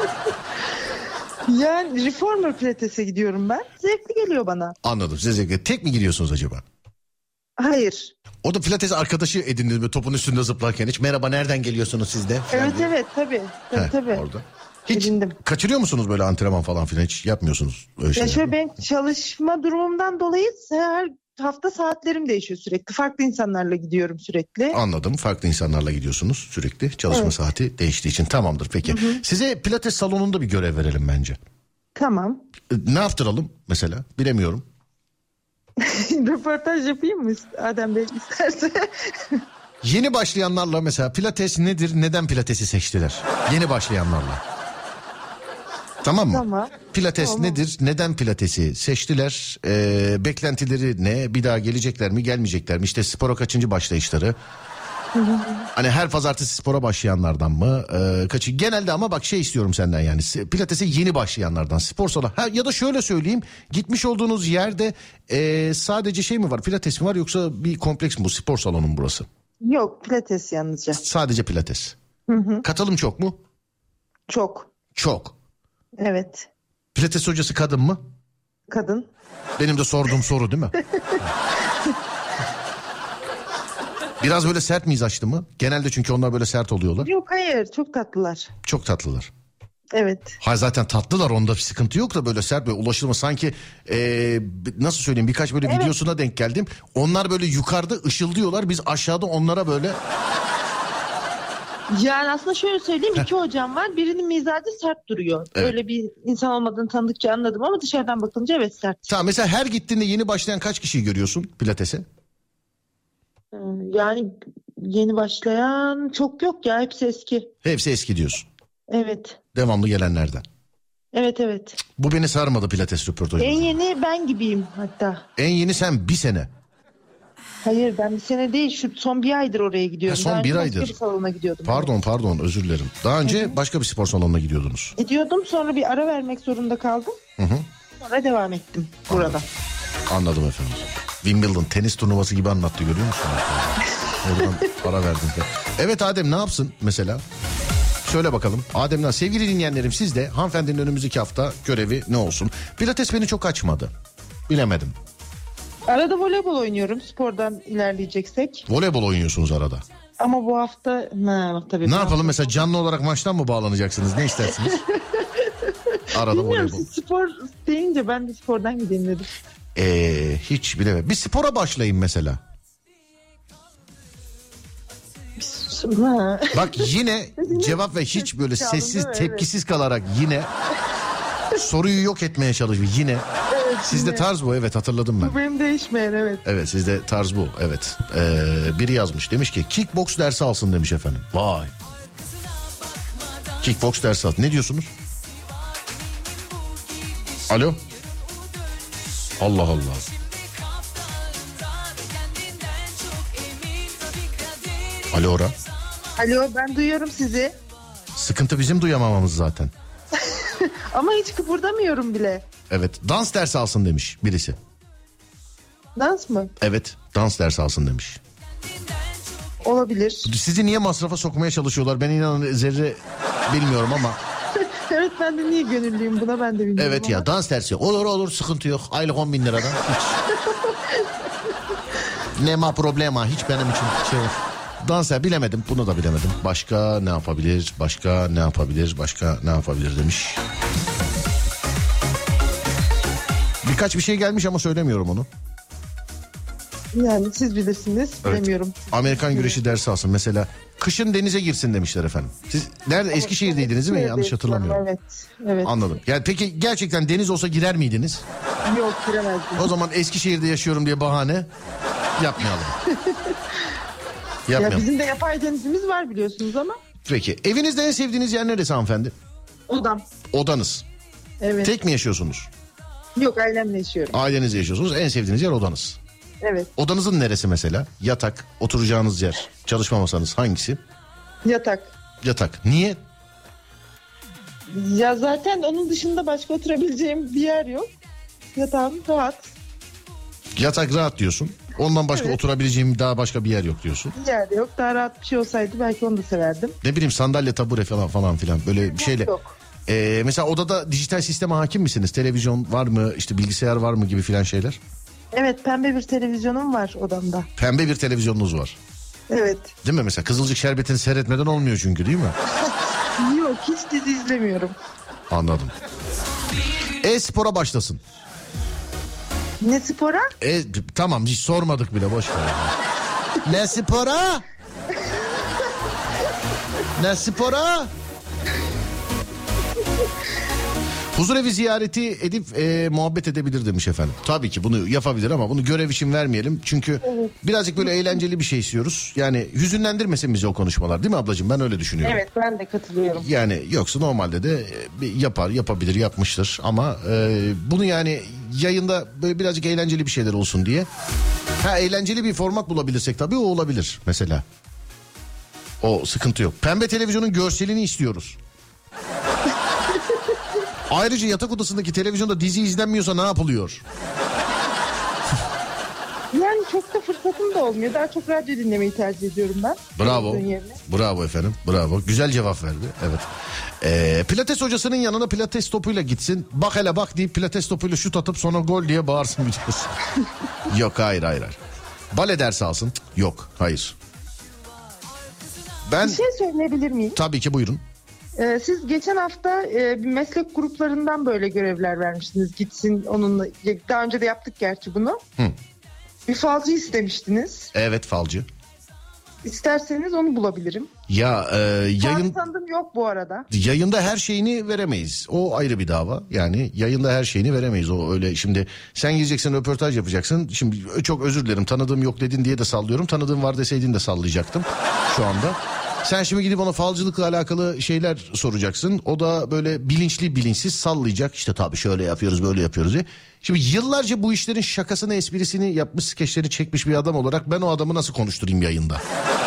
Yani reformer pilatese gidiyorum ben. Zevkli geliyor bana. Anladım. Size zevkli. Tek mi gidiyorsunuz acaba? Hayır. O da pilates arkadaşı edindiniz mi topun üstünde zıplarken hiç? Merhaba, nereden geliyorsunuz siz de? Falan Evet diye. evet tabii. Tabii, Heh, tabii. Orada. Hiç Edindim. kaçırıyor musunuz böyle antrenman falan filan? Hiç yapmıyorsunuz öyle Ya şeyler. şöyle, ben çalışma durumumdan dolayı her hafta saatlerim değişiyor sürekli. Farklı insanlarla gidiyorum sürekli. Anladım. Farklı insanlarla gidiyorsunuz sürekli. Çalışma Evet. saati değiştiği için. Tamamdır peki. Size pilates salonunda bir görev verelim bence. Tamam. E, Ne yaptıralım mesela? Bilemiyorum. Röportaj yapayım mı Adem Bey isterse? Yeni başlayanlarla mesela pilates nedir? Neden pilatesi seçtiler? Yeni başlayanlarla. Tamam mı? Tamam. Pilates Tamam. nedir? Neden pilatesi seçtiler? Ee, beklentileri ne? Bir daha gelecekler mi, gelmeyecekler mi? İşte spora kaçıncı başlayışları? Hani her pazartesi spora başlayanlardan mı? Ee, kaçı? Genelde ama bak şey istiyorum senden yani. Pilatese yeni başlayanlardan. Spor salonu. Ha, ya da şöyle söyleyeyim. Gitmiş olduğunuz yerde e, sadece şey mi var? Pilates mi var, yoksa bir kompleks mi bu? Spor salonu mu burası? Yok, pilates yalnızca. Sadece pilates. Hı hı. Katılım çok mu? Çok. Çok. Evet. Pilates hocası kadın mı? Kadın. Benim de sorduğum soru değil mi? Biraz böyle sert mizaçlı mı? Genelde çünkü onlar böyle sert oluyorlar. Yok hayır, çok tatlılar. Çok tatlılar. Evet. Ha zaten tatlılar, onda bir sıkıntı yok da böyle sert, böyle ulaşılma sanki ee, nasıl söyleyeyim, birkaç böyle Evet. videosuna denk geldim. Onlar böyle yukarıda ışıldıyorlar, biz aşağıda onlara böyle. Yani aslında şöyle söyleyeyim, iki hocam var. Birinin mizacı sert duruyor. Evet. Öyle bir insan olmadığını tanıdıkça anladım ama dışarıdan bakınca evet sert. Tamam, mesela her gittiğinde yeni başlayan kaç kişiyi görüyorsun pilatese? Ee, Yani yeni başlayan çok yok ya, hepsi eski. Hepsi eski diyorsun. Evet. Devamlı gelenlerden. Evet evet. Bu beni sarmadı pilates röportajı. En yeni ben gibiyim hatta. En yeni sen bir sene. Hayır, ben bir sene değil, şu son bir aydır oraya gidiyorum. Ha, son Daha bir önce aydır. Başka bir salona gidiyordum. Pardon pardon özür dilerim. Daha önce başka bir spor salonuna gidiyordunuz. Gidiyordum, sonra bir ara vermek zorunda kaldım. Hı hı. Sonra devam ettim burada. Anladım efendim. Wimbledon tenis turnuvası gibi anlattı, görüyor musun? Oradan para verdim. Evet Adem ne yapsın mesela? Söyle bakalım. Adem'den sevgili dinleyenlerim, siz de hanımefendinin önümüzdeki hafta görevi ne olsun? Pilates beni çok açmadı. Bilemedim. Arada voleybol oynuyorum, spordan ilerleyeceksek. Voleybol oynuyorsunuz arada. Ama bu hafta ne tabii. Ne bu yapalım hafta- mesela, canlı olarak maçtan mı bağlanacaksınız? Ne istersiniz? Arada Bilmiyorum, voleybol. siz spor deyince ben de spordan gideyim dedim. Ee, hiç bilemem. Bir spora başlayın mesela. Bak yine cevap ve hiç böyle sessiz tepkisiz kalarak yine soruyu yok etmeye çalışıyor yine. Evet, sizde yine. tarz bu, evet, hatırladım ben. Bu benim değişmeyen, evet. Evet, sizde tarz bu, evet. Ee, biri yazmış, demiş ki kickbox dersi alsın demiş efendim. Vay. Kickbox dersi alsın. Ne diyorsunuz? Alo. Allah Allah. Alo Ora. Alo, ben duyuyorum sizi. Sıkıntı bizim duyamamamız zaten. Ama hiç kıpırdamıyorum bile. Evet, dans dersi alsın demiş birisi. Dans mı? Evet, dans dersi alsın demiş. Olabilir. Sizi niye masrafa sokmaya çalışıyorlar? Ben inanın zerre bilmiyorum ama. Evet, ben de niye gönüllüyüm buna ben de bilmiyorum. Evet ama. ya, dans dersi olur olur, sıkıntı yok. Aylık on bin liradan hiç. Ne ma problema, hiç benim için şey yok. Dans ya, bilemedim, bunu da bilemedim. Başka ne yapabilir, başka ne yapabilir, başka ne yapabilir demiş. Birkaç bir şey gelmiş ama söylemiyorum onu. Yani siz bilirsiniz, Evet. bilemiyorum. Amerikan güreşi dersi alsın mesela. Kışın denize girsin demişler efendim. Siz nerede, Eskişehir'deydiniz değil mi? Evet, Yanlış hatırlamıyorum. Evet, evet. Anladım. Yani peki gerçekten deniz olsa girer miydiniz? Yok, giremezdim. O zaman Eskişehir'de yaşıyorum diye bahane yapmayalım. Ya Yapmayalım. bizim de yapay denizimiz var biliyorsunuz ama. Peki evinizde en sevdiğiniz yer neresi hanımefendi? Odam. Odanız. Evet. Tek mi yaşıyorsunuz? Yok, ailemle yaşıyorum. Ailenizle yaşıyorsunuz. En sevdiğiniz yer odanız. Evet. Odanızın neresi mesela? Yatak, oturacağınız yer, çalışma masanız hangisi? Yatak. Yatak. Niye? Ya zaten onun dışında başka oturabileceğim bir yer yok. Yatağım rahat. Yatak rahat diyorsun. Ondan başka Evet. oturabileceğim daha başka bir yer yok diyorsun. Bir yerde yok. Daha rahat bir şey olsaydı belki onu da severdim. Ne bileyim, sandalye, tabure falan falan filan böyle bir şeyle. Yok. Ee, mesela odada dijital sisteme hakim misiniz? Televizyon var mı? İşte bilgisayar var mı gibi filan şeyler? Evet, pembe bir televizyonum var odamda. Pembe bir televizyonunuz var. Evet. Değil mi? Mesela Kızılcık Şerbeti'ni seyretmeden olmuyor çünkü, değil mi? Yok, hiç dizi izlemiyorum. Anladım. E-spora başlasın. Ne spora? E, tamam, hiç sormadık bile, boş ver. Ne spora? Ne spora? Huzurevi ziyareti edip e, muhabbet edebilir demiş efendim. Tabii ki bunu yapabilir ama bunu görev için vermeyelim. Çünkü evet. birazcık böyle eğlenceli bir şey istiyoruz. Yani hüzünlendirmesin bizi o konuşmalar, değil mi ablacığım? Ben öyle düşünüyorum. Evet, ben de katılıyorum. Yani yoksa normalde de e, yapar, yapabilir, yapmıştır. Ama e, bunu yani yayında böyle birazcık eğlenceli bir şeyler olsun diye. Ha, eğlenceli bir format bulabilirsek tabii o olabilir mesela. O sıkıntı yok. Pembe televizyonun görselini istiyoruz. Ayrıca yatak odasındaki televizyonda dizi izlenmiyorsa ne yapılıyor? Yani çok da fırsatım da olmuyor. Daha çok radyo dinlemeyi tercih ediyorum ben. Bravo. Bravo efendim. Bravo. Güzel cevap verdi. Evet. Ee, pilates hocasının yanına pilates topuyla gitsin. Bak hele bak deyip pilates topuyla şut atıp sonra gol diye bağırsın biliyorsun. Yok, hayır hayır hayır. Bale dersi alsın. Yok, hayır. Ben... Bir şey söyleyebilir miyim? Tabii ki, buyurun. Ee, siz geçen hafta e, bir meslek gruplarından böyle görevler vermiştiniz. Gitsin onunla. Daha önce de yaptık gerçi bunu. Hı. Bir falcı istemiştiniz. Evet, falcı. İsterseniz onu bulabilirim. Ya e, yayın... Tanıdım yok bu arada. Yayında her şeyini veremeyiz. O ayrı bir dava. Yani yayında her şeyini veremeyiz. O öyle şimdi sen gideceksin, röportaj yapacaksın. Şimdi çok özür dilerim, tanıdığım yok dedin diye de sallıyorum. Tanıdığım var deseydin de sallayacaktım şu anda. Sen şimdi gidip ona falcılıkla alakalı şeyler soracaksın. O da böyle bilinçli bilinçsiz sallayacak. İşte tabii şöyle yapıyoruz, böyle yapıyoruz diye. Şimdi yıllarca bu işlerin şakasını, esprisini yapmış, skeçleri çekmiş bir adam olarak ben o adamı nasıl konuşturayım yayında?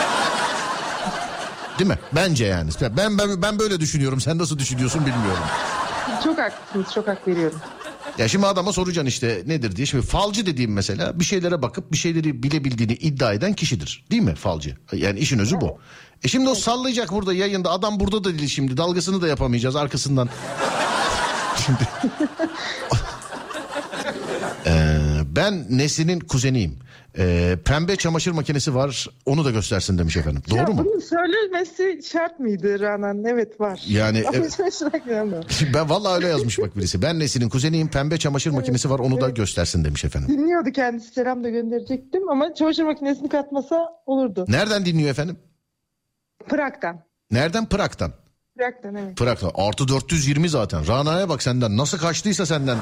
Değil mi? Bence yani. Ben ben ben böyle düşünüyorum. Sen nasıl düşünüyorsun bilmiyorum. Çok haklısınız, çok hak veriyorum. Ya şimdi adama soracaksın işte nedir diye. Şimdi falcı dediğim mesela bir şeylere bakıp bir şeyleri bilebildiğini iddia eden kişidir. Değil mi falcı? Yani işin özü bu. E şimdi o sallayacak burada yayında. Adam burada da değil şimdi. Dalgasını da yapamayacağız arkasından. Şimdi... ee, ben Nesli'nin kuzeniyim. Ee, pembe çamaşır makinesi var, onu da göstersin demiş efendim. Doğru ya mu? Bunun söylemesi şart mıydı Ranan? Evet var. Yani Ama evet. şaşırak Ben vallahi öyle yazmış bak birisi. Ben Nesli'nin kuzeniyim, pembe çamaşır makinesi var, onu da göstersin demiş efendim. Dinliyordu kendisi, selam da gönderecektim ama çamaşır makinesini katmasa olurdu. Nereden dinliyor efendim? Prag'dan. Nereden? Prag'dan. Prag'dan evet. Prag'dan. Artı dört yüz yirmi zaten. Rana'ya bak senden. Nasıl kaçtıysa senden.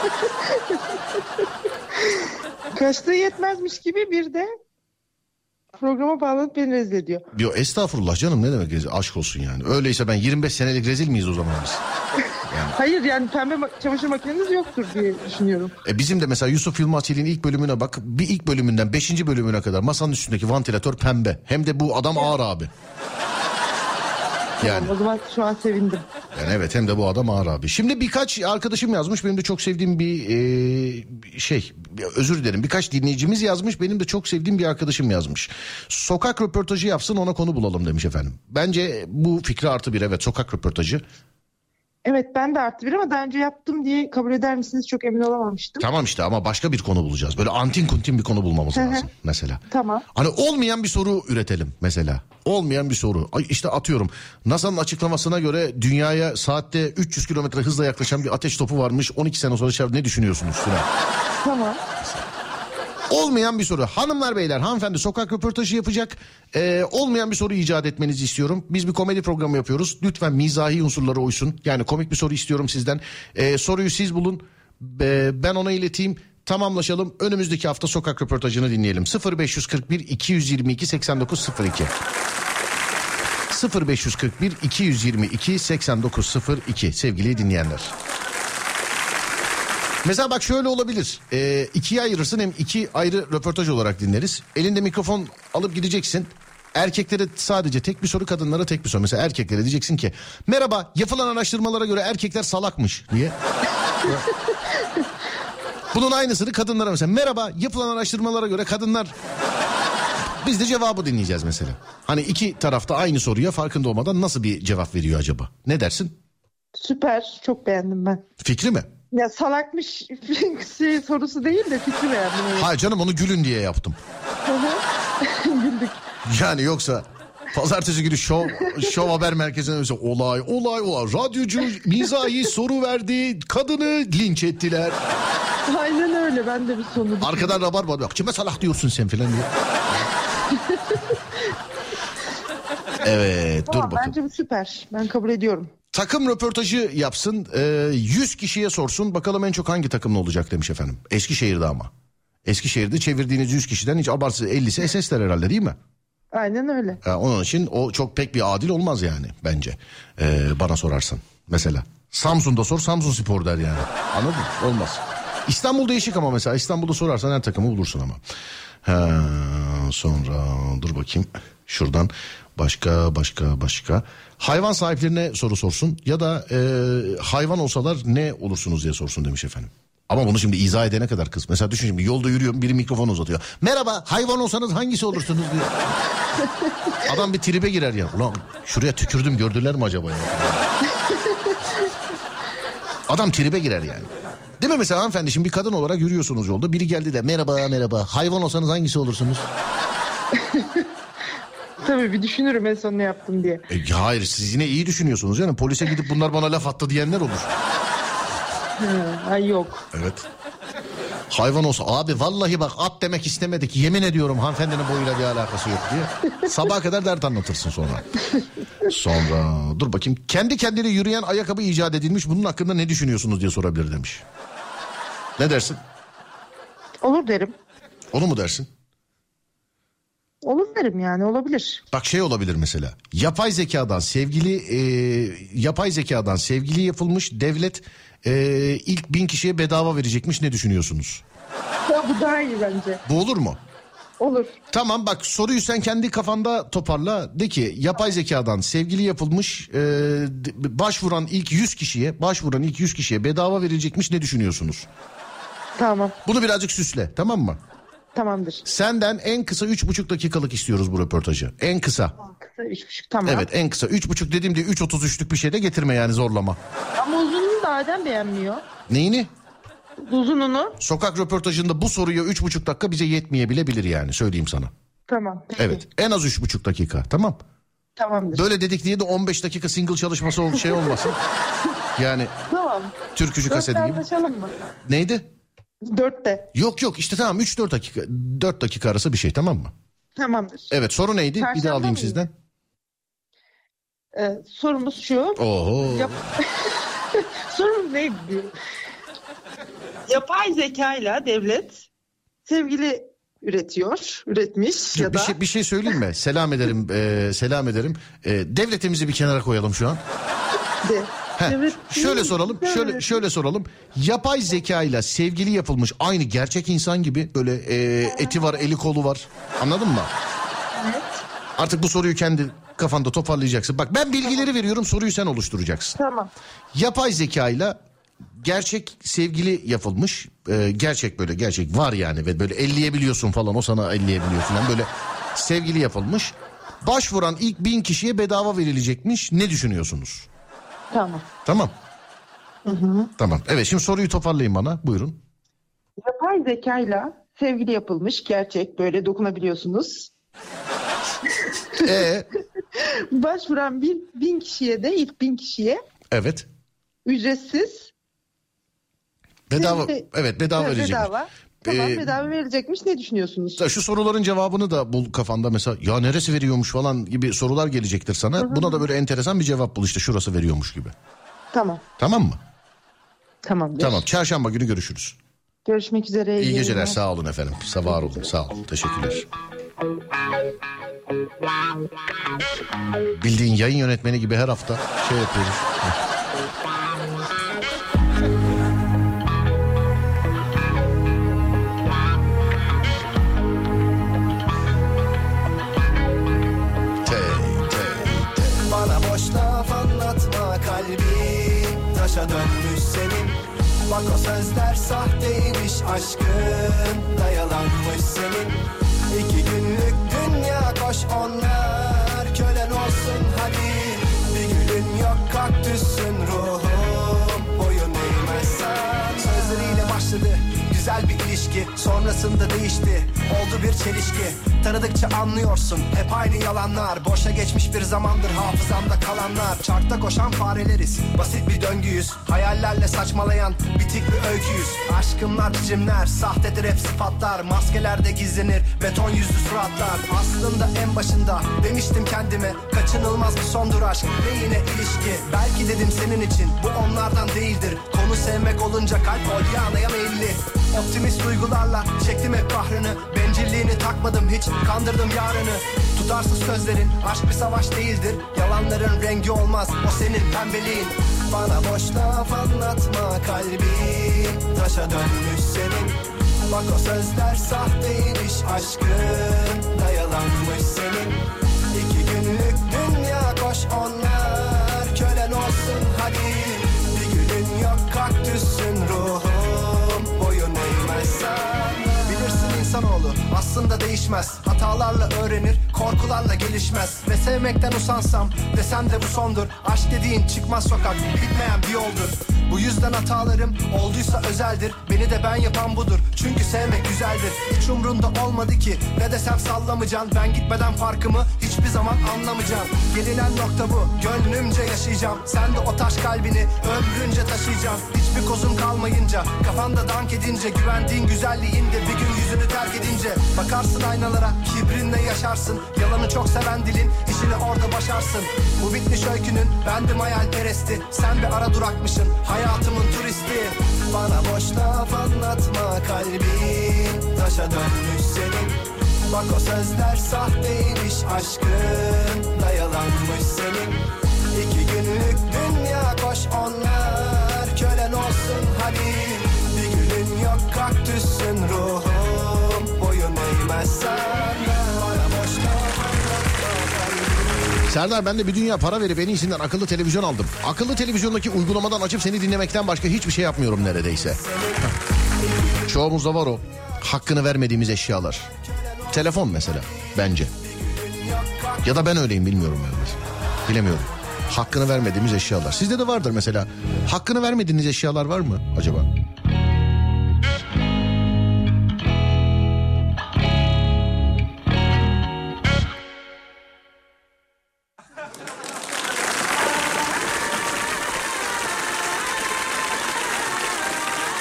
Kaçtığı yetmezmiş gibi bir de programa bağlanıp beni rezil ediyor. Yo, estağfurullah canım, ne demek, aşk olsun yani. Öyleyse ben yirmi beş senelik rezil miyiz o zaman biz? Yani. Hayır yani pembe ma- çamaşır makineniz yoktur diye düşünüyorum. E bizim de mesela Yusuf Yılmazçı'nın ilk bölümüne bak. Bir ilk bölümünden beşinci bölümüne kadar masanın üstündeki vantilatör pembe. Hem de bu adam ağır abi. Yani. O zaman şu an sevindim. Yani evet, hem de bu adam ağır abi. Şimdi birkaç arkadaşım yazmış. Benim de çok sevdiğim bir e, şey. Özür dilerim. Birkaç dinleyicimiz yazmış. Benim de çok sevdiğim bir arkadaşım yazmış. Sokak röportajı yapsın, ona konu bulalım demiş efendim. Bence bu fikri artı bir, evet, sokak röportajı. Evet ben de artı bir ama daha önce yaptım diye kabul eder misiniz çok emin olamamıştım. Tamam işte, ama başka bir konu bulacağız. Böyle antin kuntin bir konu bulmamız lazım mesela. Tamam. Hani olmayan bir soru üretelim mesela. Olmayan bir soru. Ay işte atıyorum. NASA'nın açıklamasına göre dünyaya saatte üç yüz kilometre hızla yaklaşan bir ateş topu varmış. on iki sene sonra ne düşünüyorsunuz? Süren. Tamam. Olmayan bir soru. Hanımlar beyler, hanımefendi sokak röportajı yapacak. Ee, olmayan bir soru icat etmenizi istiyorum. Biz bir komedi programı yapıyoruz. Lütfen mizahi unsurlara uysun. Yani komik bir soru istiyorum sizden. Ee, soruyu siz bulun. Ee, ben ona ileteyim. Tamamlaşalım. Önümüzdeki hafta sokak röportajını dinleyelim. sıfır beş kırk bir iki yüz yirmi iki seksen dokuz sıfır iki sıfır beş kırk bir iki yüz yirmi iki seksen dokuz sıfır iki sevgili dinleyenler. Mesela bak şöyle olabilir. Ee, ikiye ayırırsın, hem iki ayrı röportaj olarak dinleriz. Elinde mikrofon alıp gideceksin. Erkeklere sadece tek bir soru, kadınlara tek bir soru. Mesela erkeklere diyeceksin ki merhaba, yapılan araştırmalara göre erkekler salakmış diye. Bunun aynısını kadınlara mesela, merhaba, yapılan araştırmalara göre kadınlar... Biz de cevabı dinleyeceğiz mesela. Hani iki tarafta aynı soruya farkında olmadan nasıl bir cevap veriyor acaba? Ne dersin? Süper, çok beğendim ben. Fikri mi? Ya salakmış şey, sorusu değil de fikri beğendim. Evet. Hayır canım, onu gülün diye yaptım. Güldük. Yani yoksa pazartesi günü şov, şov haber merkezine mesela olay olay olay. Radyocu mizahi soru verdi, kadını linç ettiler. Aynen öyle, ben de bir sonu. Arkadan rabarba bak, kime salak diyorsun sen filan diye. Evet, Tamam, dur bakayım. bence bu süper, ben kabul ediyorum. Takım röportajı yapsın, e, yüz kişiye sorsun, bakalım en çok hangi takımlı olacak demiş efendim. Eskişehir'de ama. Eskişehir'de çevirdiğiniz yüz kişiden hiç abartsız ellisi S S'ler herhalde, değil mi? Aynen öyle. E, onun için o çok pek bir adil olmaz yani bence. E, bana sorarsan mesela. Samsun'da sor, Samsun Spor der yani. Anladın mı? Olmaz. İstanbul değişik ama mesela. İstanbul'da sorarsan her takımı bulursun ama. Ha, sonra dur bakayım. Şuradan başka başka başka. Hayvan sahiplerine soru sorsun. Ya da e, hayvan olsalar ne olursunuz diye sorsun demiş efendim. Ama bunu şimdi izah edene kadar kız. Mesela düşün şimdi, yolda yürüyorum, biri mikrofon uzatıyor. Merhaba, hayvan olsanız hangisi olursunuz diyor. Adam bir tribe girer ya. Ulan şuraya tükürdüm, gördüler mi acaba ya? Adam tribe girer yani. Değil mi mesela hanımefendi, şimdi bir kadın olarak yürüyorsunuz yolda. Biri geldi de merhaba merhaba, hayvan olsanız hangisi olursunuz? Tabii bir düşünürüm en son ne yaptım diye. E, hayır, siz yine iyi düşünüyorsunuz canım. Polise gidip bunlar bana laf attı diyenler olur. Ha, ay yok. Evet. Hayvan olsa abi vallahi bak at demek istemedik. Yemin ediyorum hanımefendinin boyuyla bir alakası yok diye. Sabaha kadar dert anlatırsın sonra. Sonra dur bakayım. Kendi kendine yürüyen ayakkabı icat edilmiş. Bunun hakkında ne düşünüyorsunuz diye sorabilir demiş. Ne dersin? Olur derim. Onu mu dersin? Olur derim yani, olabilir. Bak şey olabilir mesela. Yapay zekadan sevgili e, yapay zekadan sevgili yapılmış, devlet e, ilk bin kişiye bedava verecekmiş, ne düşünüyorsunuz? Ya, bu daha iyi bence. Bu olur mu? Olur. Tamam bak, soruyu sen kendi kafanda toparla. De ki yapay zekadan sevgili yapılmış, e, başvuran ilk yüz kişiye başvuran ilk yüz kişiye bedava verilecekmiş, ne düşünüyorsunuz? Tamam. Bunu birazcık süsle, tamam mı? Tamamdır. Senden en kısa üç buçuk dakikalık istiyoruz bu röportajı. En kısa. Kısa üç buçuk, tamam. Evet en kısa. Üç buçuk dediğimde üç otuz üçlük bir şey de getirme yani, zorlama. Ama uzunluğunu da Adem beğenmiyor. Neyini? Uzununu. Sokak röportajında bu soruya üç buçuk dakika bize yetmeyebilir yani, söyleyeyim sana. Tamam. Peki. Evet, en az üç buçuk dakika, tamam. Tamamdır. Böyle dedik diye de on beş dakika single çalışması ol, şey olmasın. Yani Tamam. türkücü kaseti gibi. Anlaşalım mı? Neydi? Dörtte. Yok yok işte tamam, üç dört dakika, dört dakika arası bir şey, tamam mı? Tamamdır. Evet, soru neydi? Perşembe bir de alayım miyim? sizden. Ee, sorumuz şu. Oho. Yap... Sorumuz neydi? Yapay zekayla devlet sevgili üretiyor, üretmiş ya bir da... şey bir şey söyleyeyim mi? Selam ederim, e, selam ederim. E, devletimizi bir kenara koyalım şu an. De. Heh, Evet. şöyle soralım, şöyle şöyle soralım. Yapay zeka ile sevgili yapılmış, aynı gerçek insan gibi, böyle e, eti var, eli kolu var. Anladın mı? Evet. Artık bu soruyu kendi kafanda toparlayacaksın. Bak, ben bilgileri veriyorum, soruyu sen oluşturacaksın. Tamam. Yapay zeka ile gerçek sevgili yapılmış. E, gerçek, böyle gerçek var yani, ve böyle elleyebiliyorsun falan, o sana elleyebiliyor falan, böyle sevgili yapılmış. Başvuran ilk bin kişiye bedava verilecekmiş. Ne düşünüyorsunuz? Tamam. Tamam. Hı hı. Tamam. Evet, şimdi soruyu toparlayın bana. Buyurun. Yapay zekayla sevgili yapılmış, gerçek, böyle dokunabiliyorsunuz. Ee, Başvuran bir bin kişiye de ilk bin kişiye evet. ücretsiz. Bedava. Sevgili- Evet, bedava Evet, verecek. bedava. Tamam, Ee, bedava verilecekmiş. Ne düşünüyorsunuz? Şu soruların cevabını da bul kafanda, mesela ya neresi veriyormuş falan gibi sorular gelecektir sana. Hı hı. Buna da böyle enteresan bir cevap bul, işte şurası veriyormuş gibi. Tamam. Tamam mı? Tamamdır. Tamam. Çarşamba günü görüşürüz. Görüşmek üzere. İyi geceler, yayınlar. sağ olun efendim. Var olun, sağ olun. Teşekkürler. Bildiğin yayın yönetmeni gibi her hafta şey yapıyoruz. Bana boş laf anlatma, kalbim taşa dönmüş senin. Bak o sözler sahteymiş, aşkın da yalanmış senin. İki günlük dünya, koş onlar kölen olsun hadi. Bir gülün yok, kaktüsün ruhum, boyun eğmezsen. Sözleriyle başladı güzel bir ilişki, sonrasında değişti, oldu bir çelişki. Tanıdıkça anlıyorsun hep aynı yalanlar. Boşa geçmiş bir zamandır hafızamda kalanlar. Çarkta koşan fareleriz, basit bir döngüyüz. Hayallerle saçmalayan bitik bir öyküyüz. Aşkımlar cimler, sahtedir hep sıfatlar. Maskelerde gizlenir beton yüzlü suratlar. Aslında en başında demiştim kendime, kaçınılmaz bir sondur aşk ve yine ilişki. Belki dedim senin için bu onlardan değildir. Konu sevmek olunca kalp olyanaya meyilli. Optimist duygularla çektim hep kahrını. Bencilliğini takmadım hiç, kandırdım yarını. Tutarsız sözlerin aşk bir savaş değildir. Yalanların rengi olmaz, o senin pembeliğin. Bana boş laf anlatma, kalbim taşa dönmüş senin. Bak o sözler sahteymiş, aşkın da yalanmış senin. İki günlük dünya, koş onlar kölen olsun hadi. Bir gülün yok, kaktüsün ruhum, boyun eğmezsen. Bilirsin insanoğlu aslında değişmez. Hatalarla öğrenir, korkularla gelişmez. Ve sevmekten usansam desem de bu sondur. Aşk dediğin çıkmaz sokak, bitmeyen bir yoldur. Bu yüzden hatalarım olduysa özeldir. Beni de ben yapan budur, çünkü sevmek güzeldir. Hiç umrunda olmadı ki ne desem sallamacan. Ben gitmeden farkımı hiçbir zaman anlamayacaksın. Gelinen nokta bu, gönlümce yaşayacağım. Sen de o taş kalbini ömrünce taşıyacaksın. Hiçbir kozun kalmayınca, kafanda dank edince, güvendiğin güzelliğinde bir gün yüzünü terk edince, bakarsın aynalara, kibrinle yaşarsın. Yalanı çok seven dilin, işini orada başarsın. Bu bitmiş öykünün bendim hayalperesti. Sen bir ara durakmışsın, hayatımın turisti. Bana boş laf anlatma, kalbim taşa dönmüş senin. Bak o sözler sahteymiş, aşkın da yalanmış senin. İki günlük dünya, koş onlar kölen olsun hadi. Bir gülün yok, kaktüsün ruhum, boyun eğmezsen. Bana boş laf anlatma, kalbim. Serdar, ben de bir dünya para verip en iyisinden akıllı televizyon aldım. Akıllı televizyondaki uygulamadan açıp seni dinlemekten başka hiçbir şey yapmıyorum neredeyse. Çoğumuzda var o. Hakkını vermediğimiz eşyalar. Telefon mesela, bence. Ya da ben öyleyim, bilmiyorum yani. Bilemiyorum. Hakkını vermediğimiz eşyalar. Sizde de vardır mesela. Hakkını vermediğiniz eşyalar var mı acaba?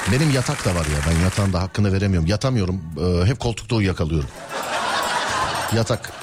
Benim yatak da var ya, ben yatağın da hakkını veremiyorum. Yatamıyorum, ee, hep koltukta uyuyakalıyorum. Yatak.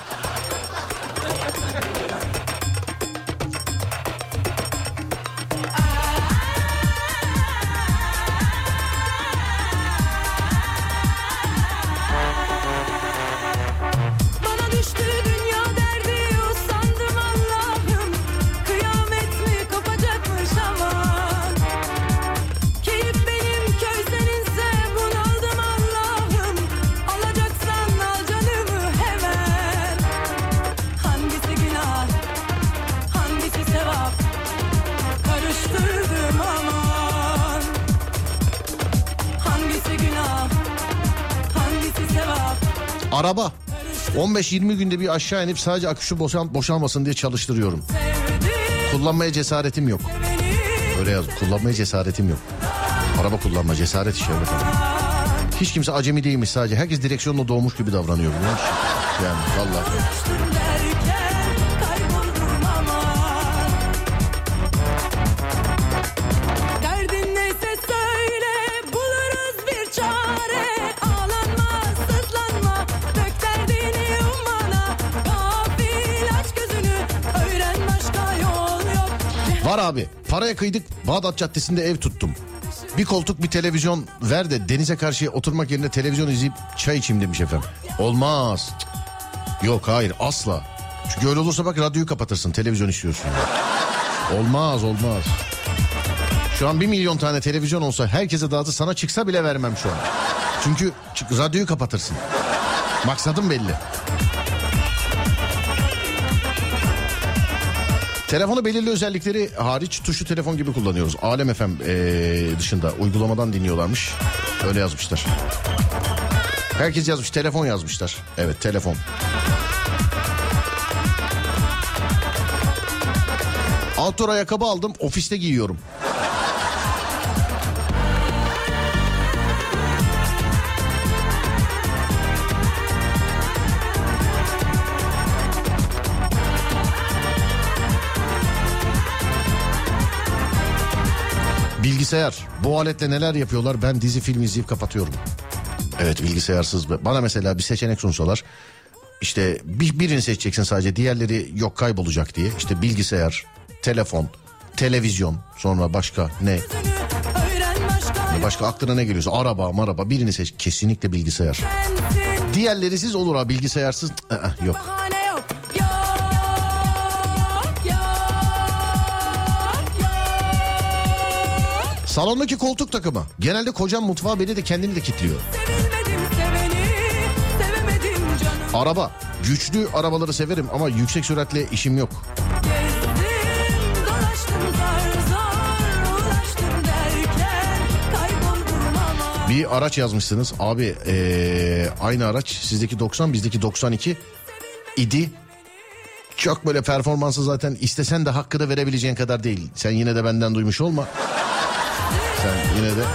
Bana düştü dünya derdi usandım Allah'ım. Kıyamet mi kopacakmış aman. Keyif benim köy seninse bunaldım Allah'ım. Alacaksan al canımı hemen. Hangisi günah, hangisi sevap, karıştırdım aman. Hangisi günah, hangisi sevap. Araba. on beş yirmi günde bir aşağı inip sadece aküsü boşan, boşalmasın diye çalıştırıyorum. Kullanmaya cesaretim yok. Öyle yaz. Kullanmaya cesaretim yok. Araba kullanma cesaret işi. Evet. Hiç kimse acemi değilmiş sadece. Herkes direksiyonla doğmuş gibi davranıyor, biliyor musun? Yani vallahi. Derdin neyse söyle, buluruz bir çare. Ağlanma, sızlanma, dök derdini umana. Gafil aç gözünü, öğren başka yol yok. Var abi, paraya kıydık, Bağdat Caddesi'nde ev tuttum. Bir koltuk bir televizyon ver de denize karşı oturmak yerine televizyon izleyip çay içeyim demiş efendim. Olmaz. Cık. Yok hayır asla. Çünkü öyle olursa bak radyoyu kapatırsın, televizyon istiyorsun. Yani. Olmaz olmaz. Şu an bir milyon tane televizyon olsa herkese dağıtı, sana çıksa bile vermem şu an. Çünkü çık, radyoyu kapatırsın. Maksadım belli. Telefonu belirli özellikleri hariç tuşlu telefon gibi kullanıyoruz. Alem F M ee, dışında uygulamadan dinliyorlarmış. Öyle yazmışlar. Herkes yazmış, telefon yazmışlar. Evet, telefon. Outdoor ayakkabı aldım, ofiste giyiyorum. Bilgisayar. Bu aletle neler yapıyorlar? Ben dizi film izleyip kapatıyorum. Evet, bilgisayarsız. Bana mesela bir seçenek sunsalar, işte bir, birini seçeceksin sadece, diğerleri yok kaybolacak diye. İşte bilgisayar, telefon, televizyon, sonra başka ne? Başka aklına ne geliyorsa, araba maraba, birini seç. Kesinlikle bilgisayar. Diğerleri siz olur ha, bilgisayarsız ı-ı, yok. Salondaki koltuk takımı. Genelde kocam mutfağa beni de kendini de kilitliyor. Araba. Güçlü arabaları severim ama yüksek süratle işim yok. Bir araç yazmışsınız. Abi ee, aynı araç, sizdeki doksan, bizdeki doksan iki idi. Çok böyle performansı zaten istesen de hakkını verebileceğin kadar değil. Sen yine de benden duymuş olma. Sen yine de.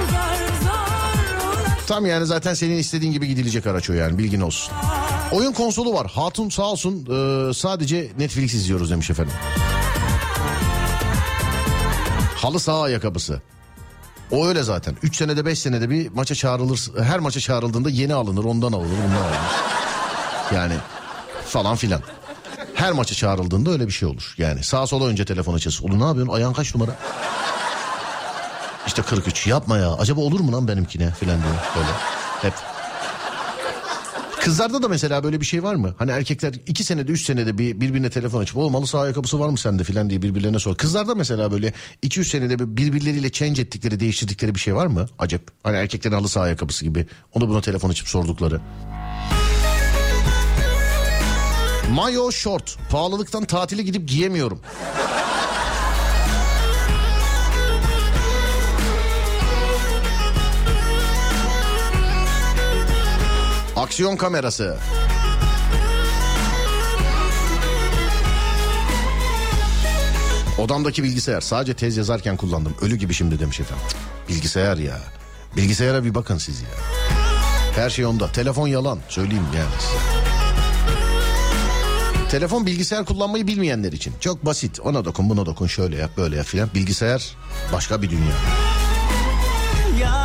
Tam yani zaten senin istediğin gibi gidilecek araç o, yani bilgin olsun. Oyun konsolu var. Hatun sağ olsun e, sadece Netflix izliyoruz demiş efendim. Halı saha ayakkabısı. O öyle zaten. üç senede beş senede bir maça çağrılır. Her maça çağrıldığında yeni alınır, ondan alınır, bundan alınır. Yani falan filan. Her maça çağrıldığında öyle bir şey olur. Yani sağa sola önce telefon açıyorsun. Oğlum ne yapıyorsun? Ayağın kaç numara? İşte kırk üç. Yapma ya. Acaba olur mu lan benimkine filan diyor. Böyle hep. Kızlarda da mesela böyle bir şey var mı? Hani erkekler iki senede üç senede bir birbirine telefon açıp oğlum halı saha ayakkabısı var mı sende filan diye birbirlerine sor. Kızlarda mesela böyle iki üç senede bir birbirleriyle change ettikleri, değiştirdikleri bir şey var mı? Acaba hani erkeklerin halı saha ayakkabısı gibi onu buna telefon açıp sordukları. Mayo short. Pahalılıktan tatile gidip giyemiyorum. Aksiyon kamerası. Odamdaki bilgisayar sadece tez yazarken kullandım. Ölü gibi şimdi demiş efendim. Bilgisayar ya. Bilgisayara bir bakın siz ya. Her şey onda. Telefon yalan. Söyleyeyim yani size. Telefon bilgisayar kullanmayı bilmeyenler için. Çok basit. Ona dokun, buna dokun, şöyle yap, böyle yap filan. Bilgisayar başka bir dünya. Ya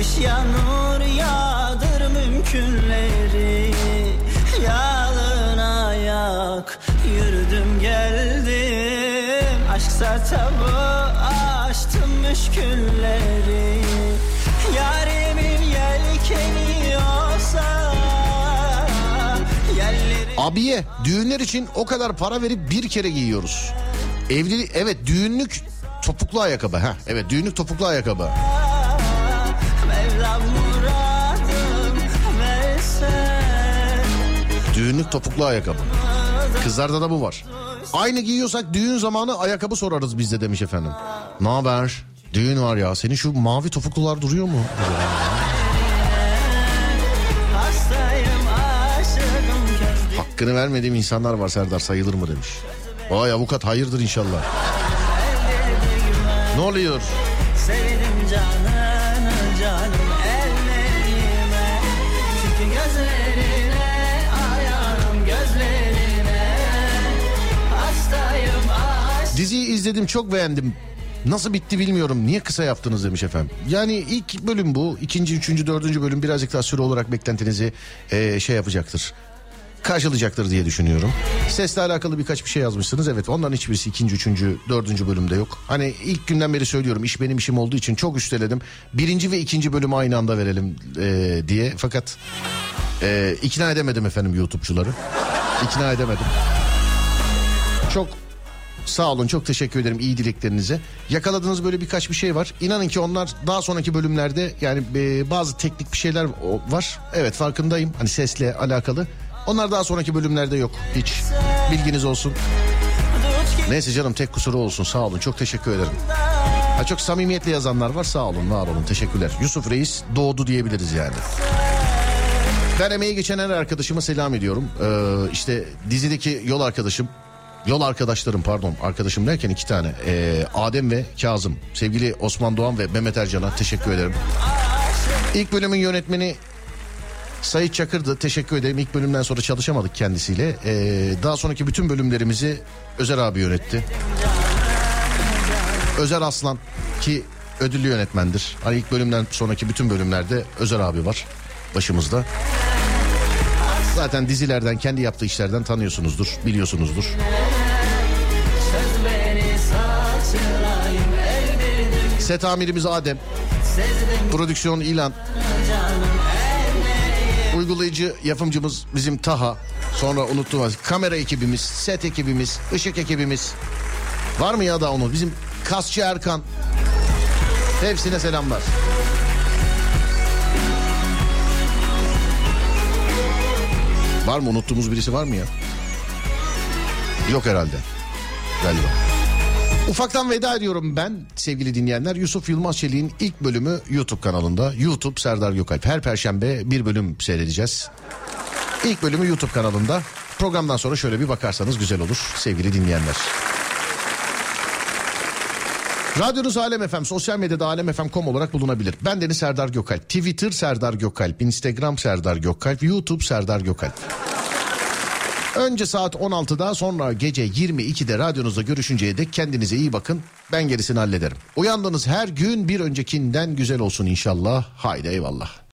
Yağmur yağdır mümkünleri, yalın ayak yürüdüm geldim. Aşksa tabu açtım müşkülleri, yarimin yelkeni olsa yerleri... Abiye düğünler için o kadar para verip bir kere giyiyoruz. Evli, evet düğünlük topuklu ayakkabı. Ha, evet düğünlük topuklu ayakkabı. Düğünlük topuklu ayakkabı. Kızlarda da bu var. Aynı giyiyorsak düğün zamanı ayakkabı sorarız biz de demiş efendim. Ne haber? Düğün var ya. Senin şu mavi topuklular duruyor mu? Hakkını vermediğim insanlar var Serdar, sayılır mı demiş. Vay avukat, hayırdır inşallah. Ne oluyor? Sevdim canını canım ellerime, çünkü gözlerine ayağım gözlerine, hastayım aşk. Diziyi izledim, çok beğendim. Nasıl bitti bilmiyorum. Niye kısa yaptınız demiş efendim. Yani ilk bölüm bu. İkinci, üçüncü, dördüncü bölüm birazcık daha süre olarak beklentinizi ee, şey yapacaktır. Karşılayacaktır diye düşünüyorum. Sesle alakalı birkaç bir şey yazmışsınız. Evet, onların hiçbirisi ikinci, üçüncü, dördüncü bölümde yok. Hani ilk günden beri söylüyorum, iş benim işim olduğu için çok üsteledim. Birinci ve ikinci bölümü aynı anda verelim ee, diye. Fakat ee, ikna edemedim efendim YouTube'cuları. İkna edemedim. Çok sağ olun, çok teşekkür ederim iyi dileklerinize. Yakaladığınız böyle birkaç bir şey var. İnanın ki onlar daha sonraki bölümlerde yani e, bazı teknik bir şeyler var. Evet, farkındayım, hani sesle alakalı. Onlar daha sonraki bölümlerde yok hiç. Bilginiz olsun. Neyse canım, tek kusuru olsun, sağ olun, çok teşekkür ederim. Ha, çok samimiyetle yazanlar var, sağ olun, var olun, teşekkürler. Yusuf Reis doğdu diyebiliriz yani. Ben emeği geçen her arkadaşıma selam ediyorum. Ee, işte dizideki yol arkadaşım, yol arkadaşlarım pardon, arkadaşım derken iki tane. Ee, Adem ve Kazım. Sevgili Osman Doğan ve Mehmet Ercan'a teşekkür ederim. İlk bölümün yönetmeni Sait Çakır'dı, teşekkür ederim. İlk bölümden sonra çalışamadık kendisiyle. Ee, daha sonraki bütün bölümlerimizi Özer abi yönetti. Özer Aslan ki ödüllü yönetmendir. Hani ilk bölümden sonraki bütün bölümlerde Özer abi var başımızda. Zaten dizilerden, kendi yaptığı işlerden tanıyorsunuzdur, biliyorsunuzdur. Set amirimiz Adem. Prodüksiyon İlan. Uygulayıcı yapımcımız bizim Taha. Sonra unuttuğumuz kamera ekibimiz, set ekibimiz, ışık ekibimiz. Var mı ya da onu? Bizim kasçı Erkan. Hepsine selamlar. Var mı? Unuttuğumuz birisi var mı ya? Yok herhalde. Galiba. Ufaktan veda ediyorum ben sevgili dinleyenler. Yusuf Yılmaz Çelik'in ilk bölümü YouTube kanalında. YouTube Serdar Gökalp. Her perşembe bir bölüm seyredeceğiz. İlk bölümü YouTube kanalında. Programdan sonra şöyle bir bakarsanız güzel olur sevgili dinleyenler. Radyonuz Alem F M, sosyal medyada alem f m nokta com olarak bulunabilir. Ben Deniz Serdar Gökalp. Twitter Serdar Gökalp, Instagram Serdar Gökalp, YouTube Serdar Gökalp. Önce saat on altıda, sonra gece yirmi ikide radyonuzda görüşünceye dek kendinize iyi bakın. Ben gerisini hallederim. Uyandığınız her gün bir öncekinden güzel olsun inşallah. Haydi eyvallah.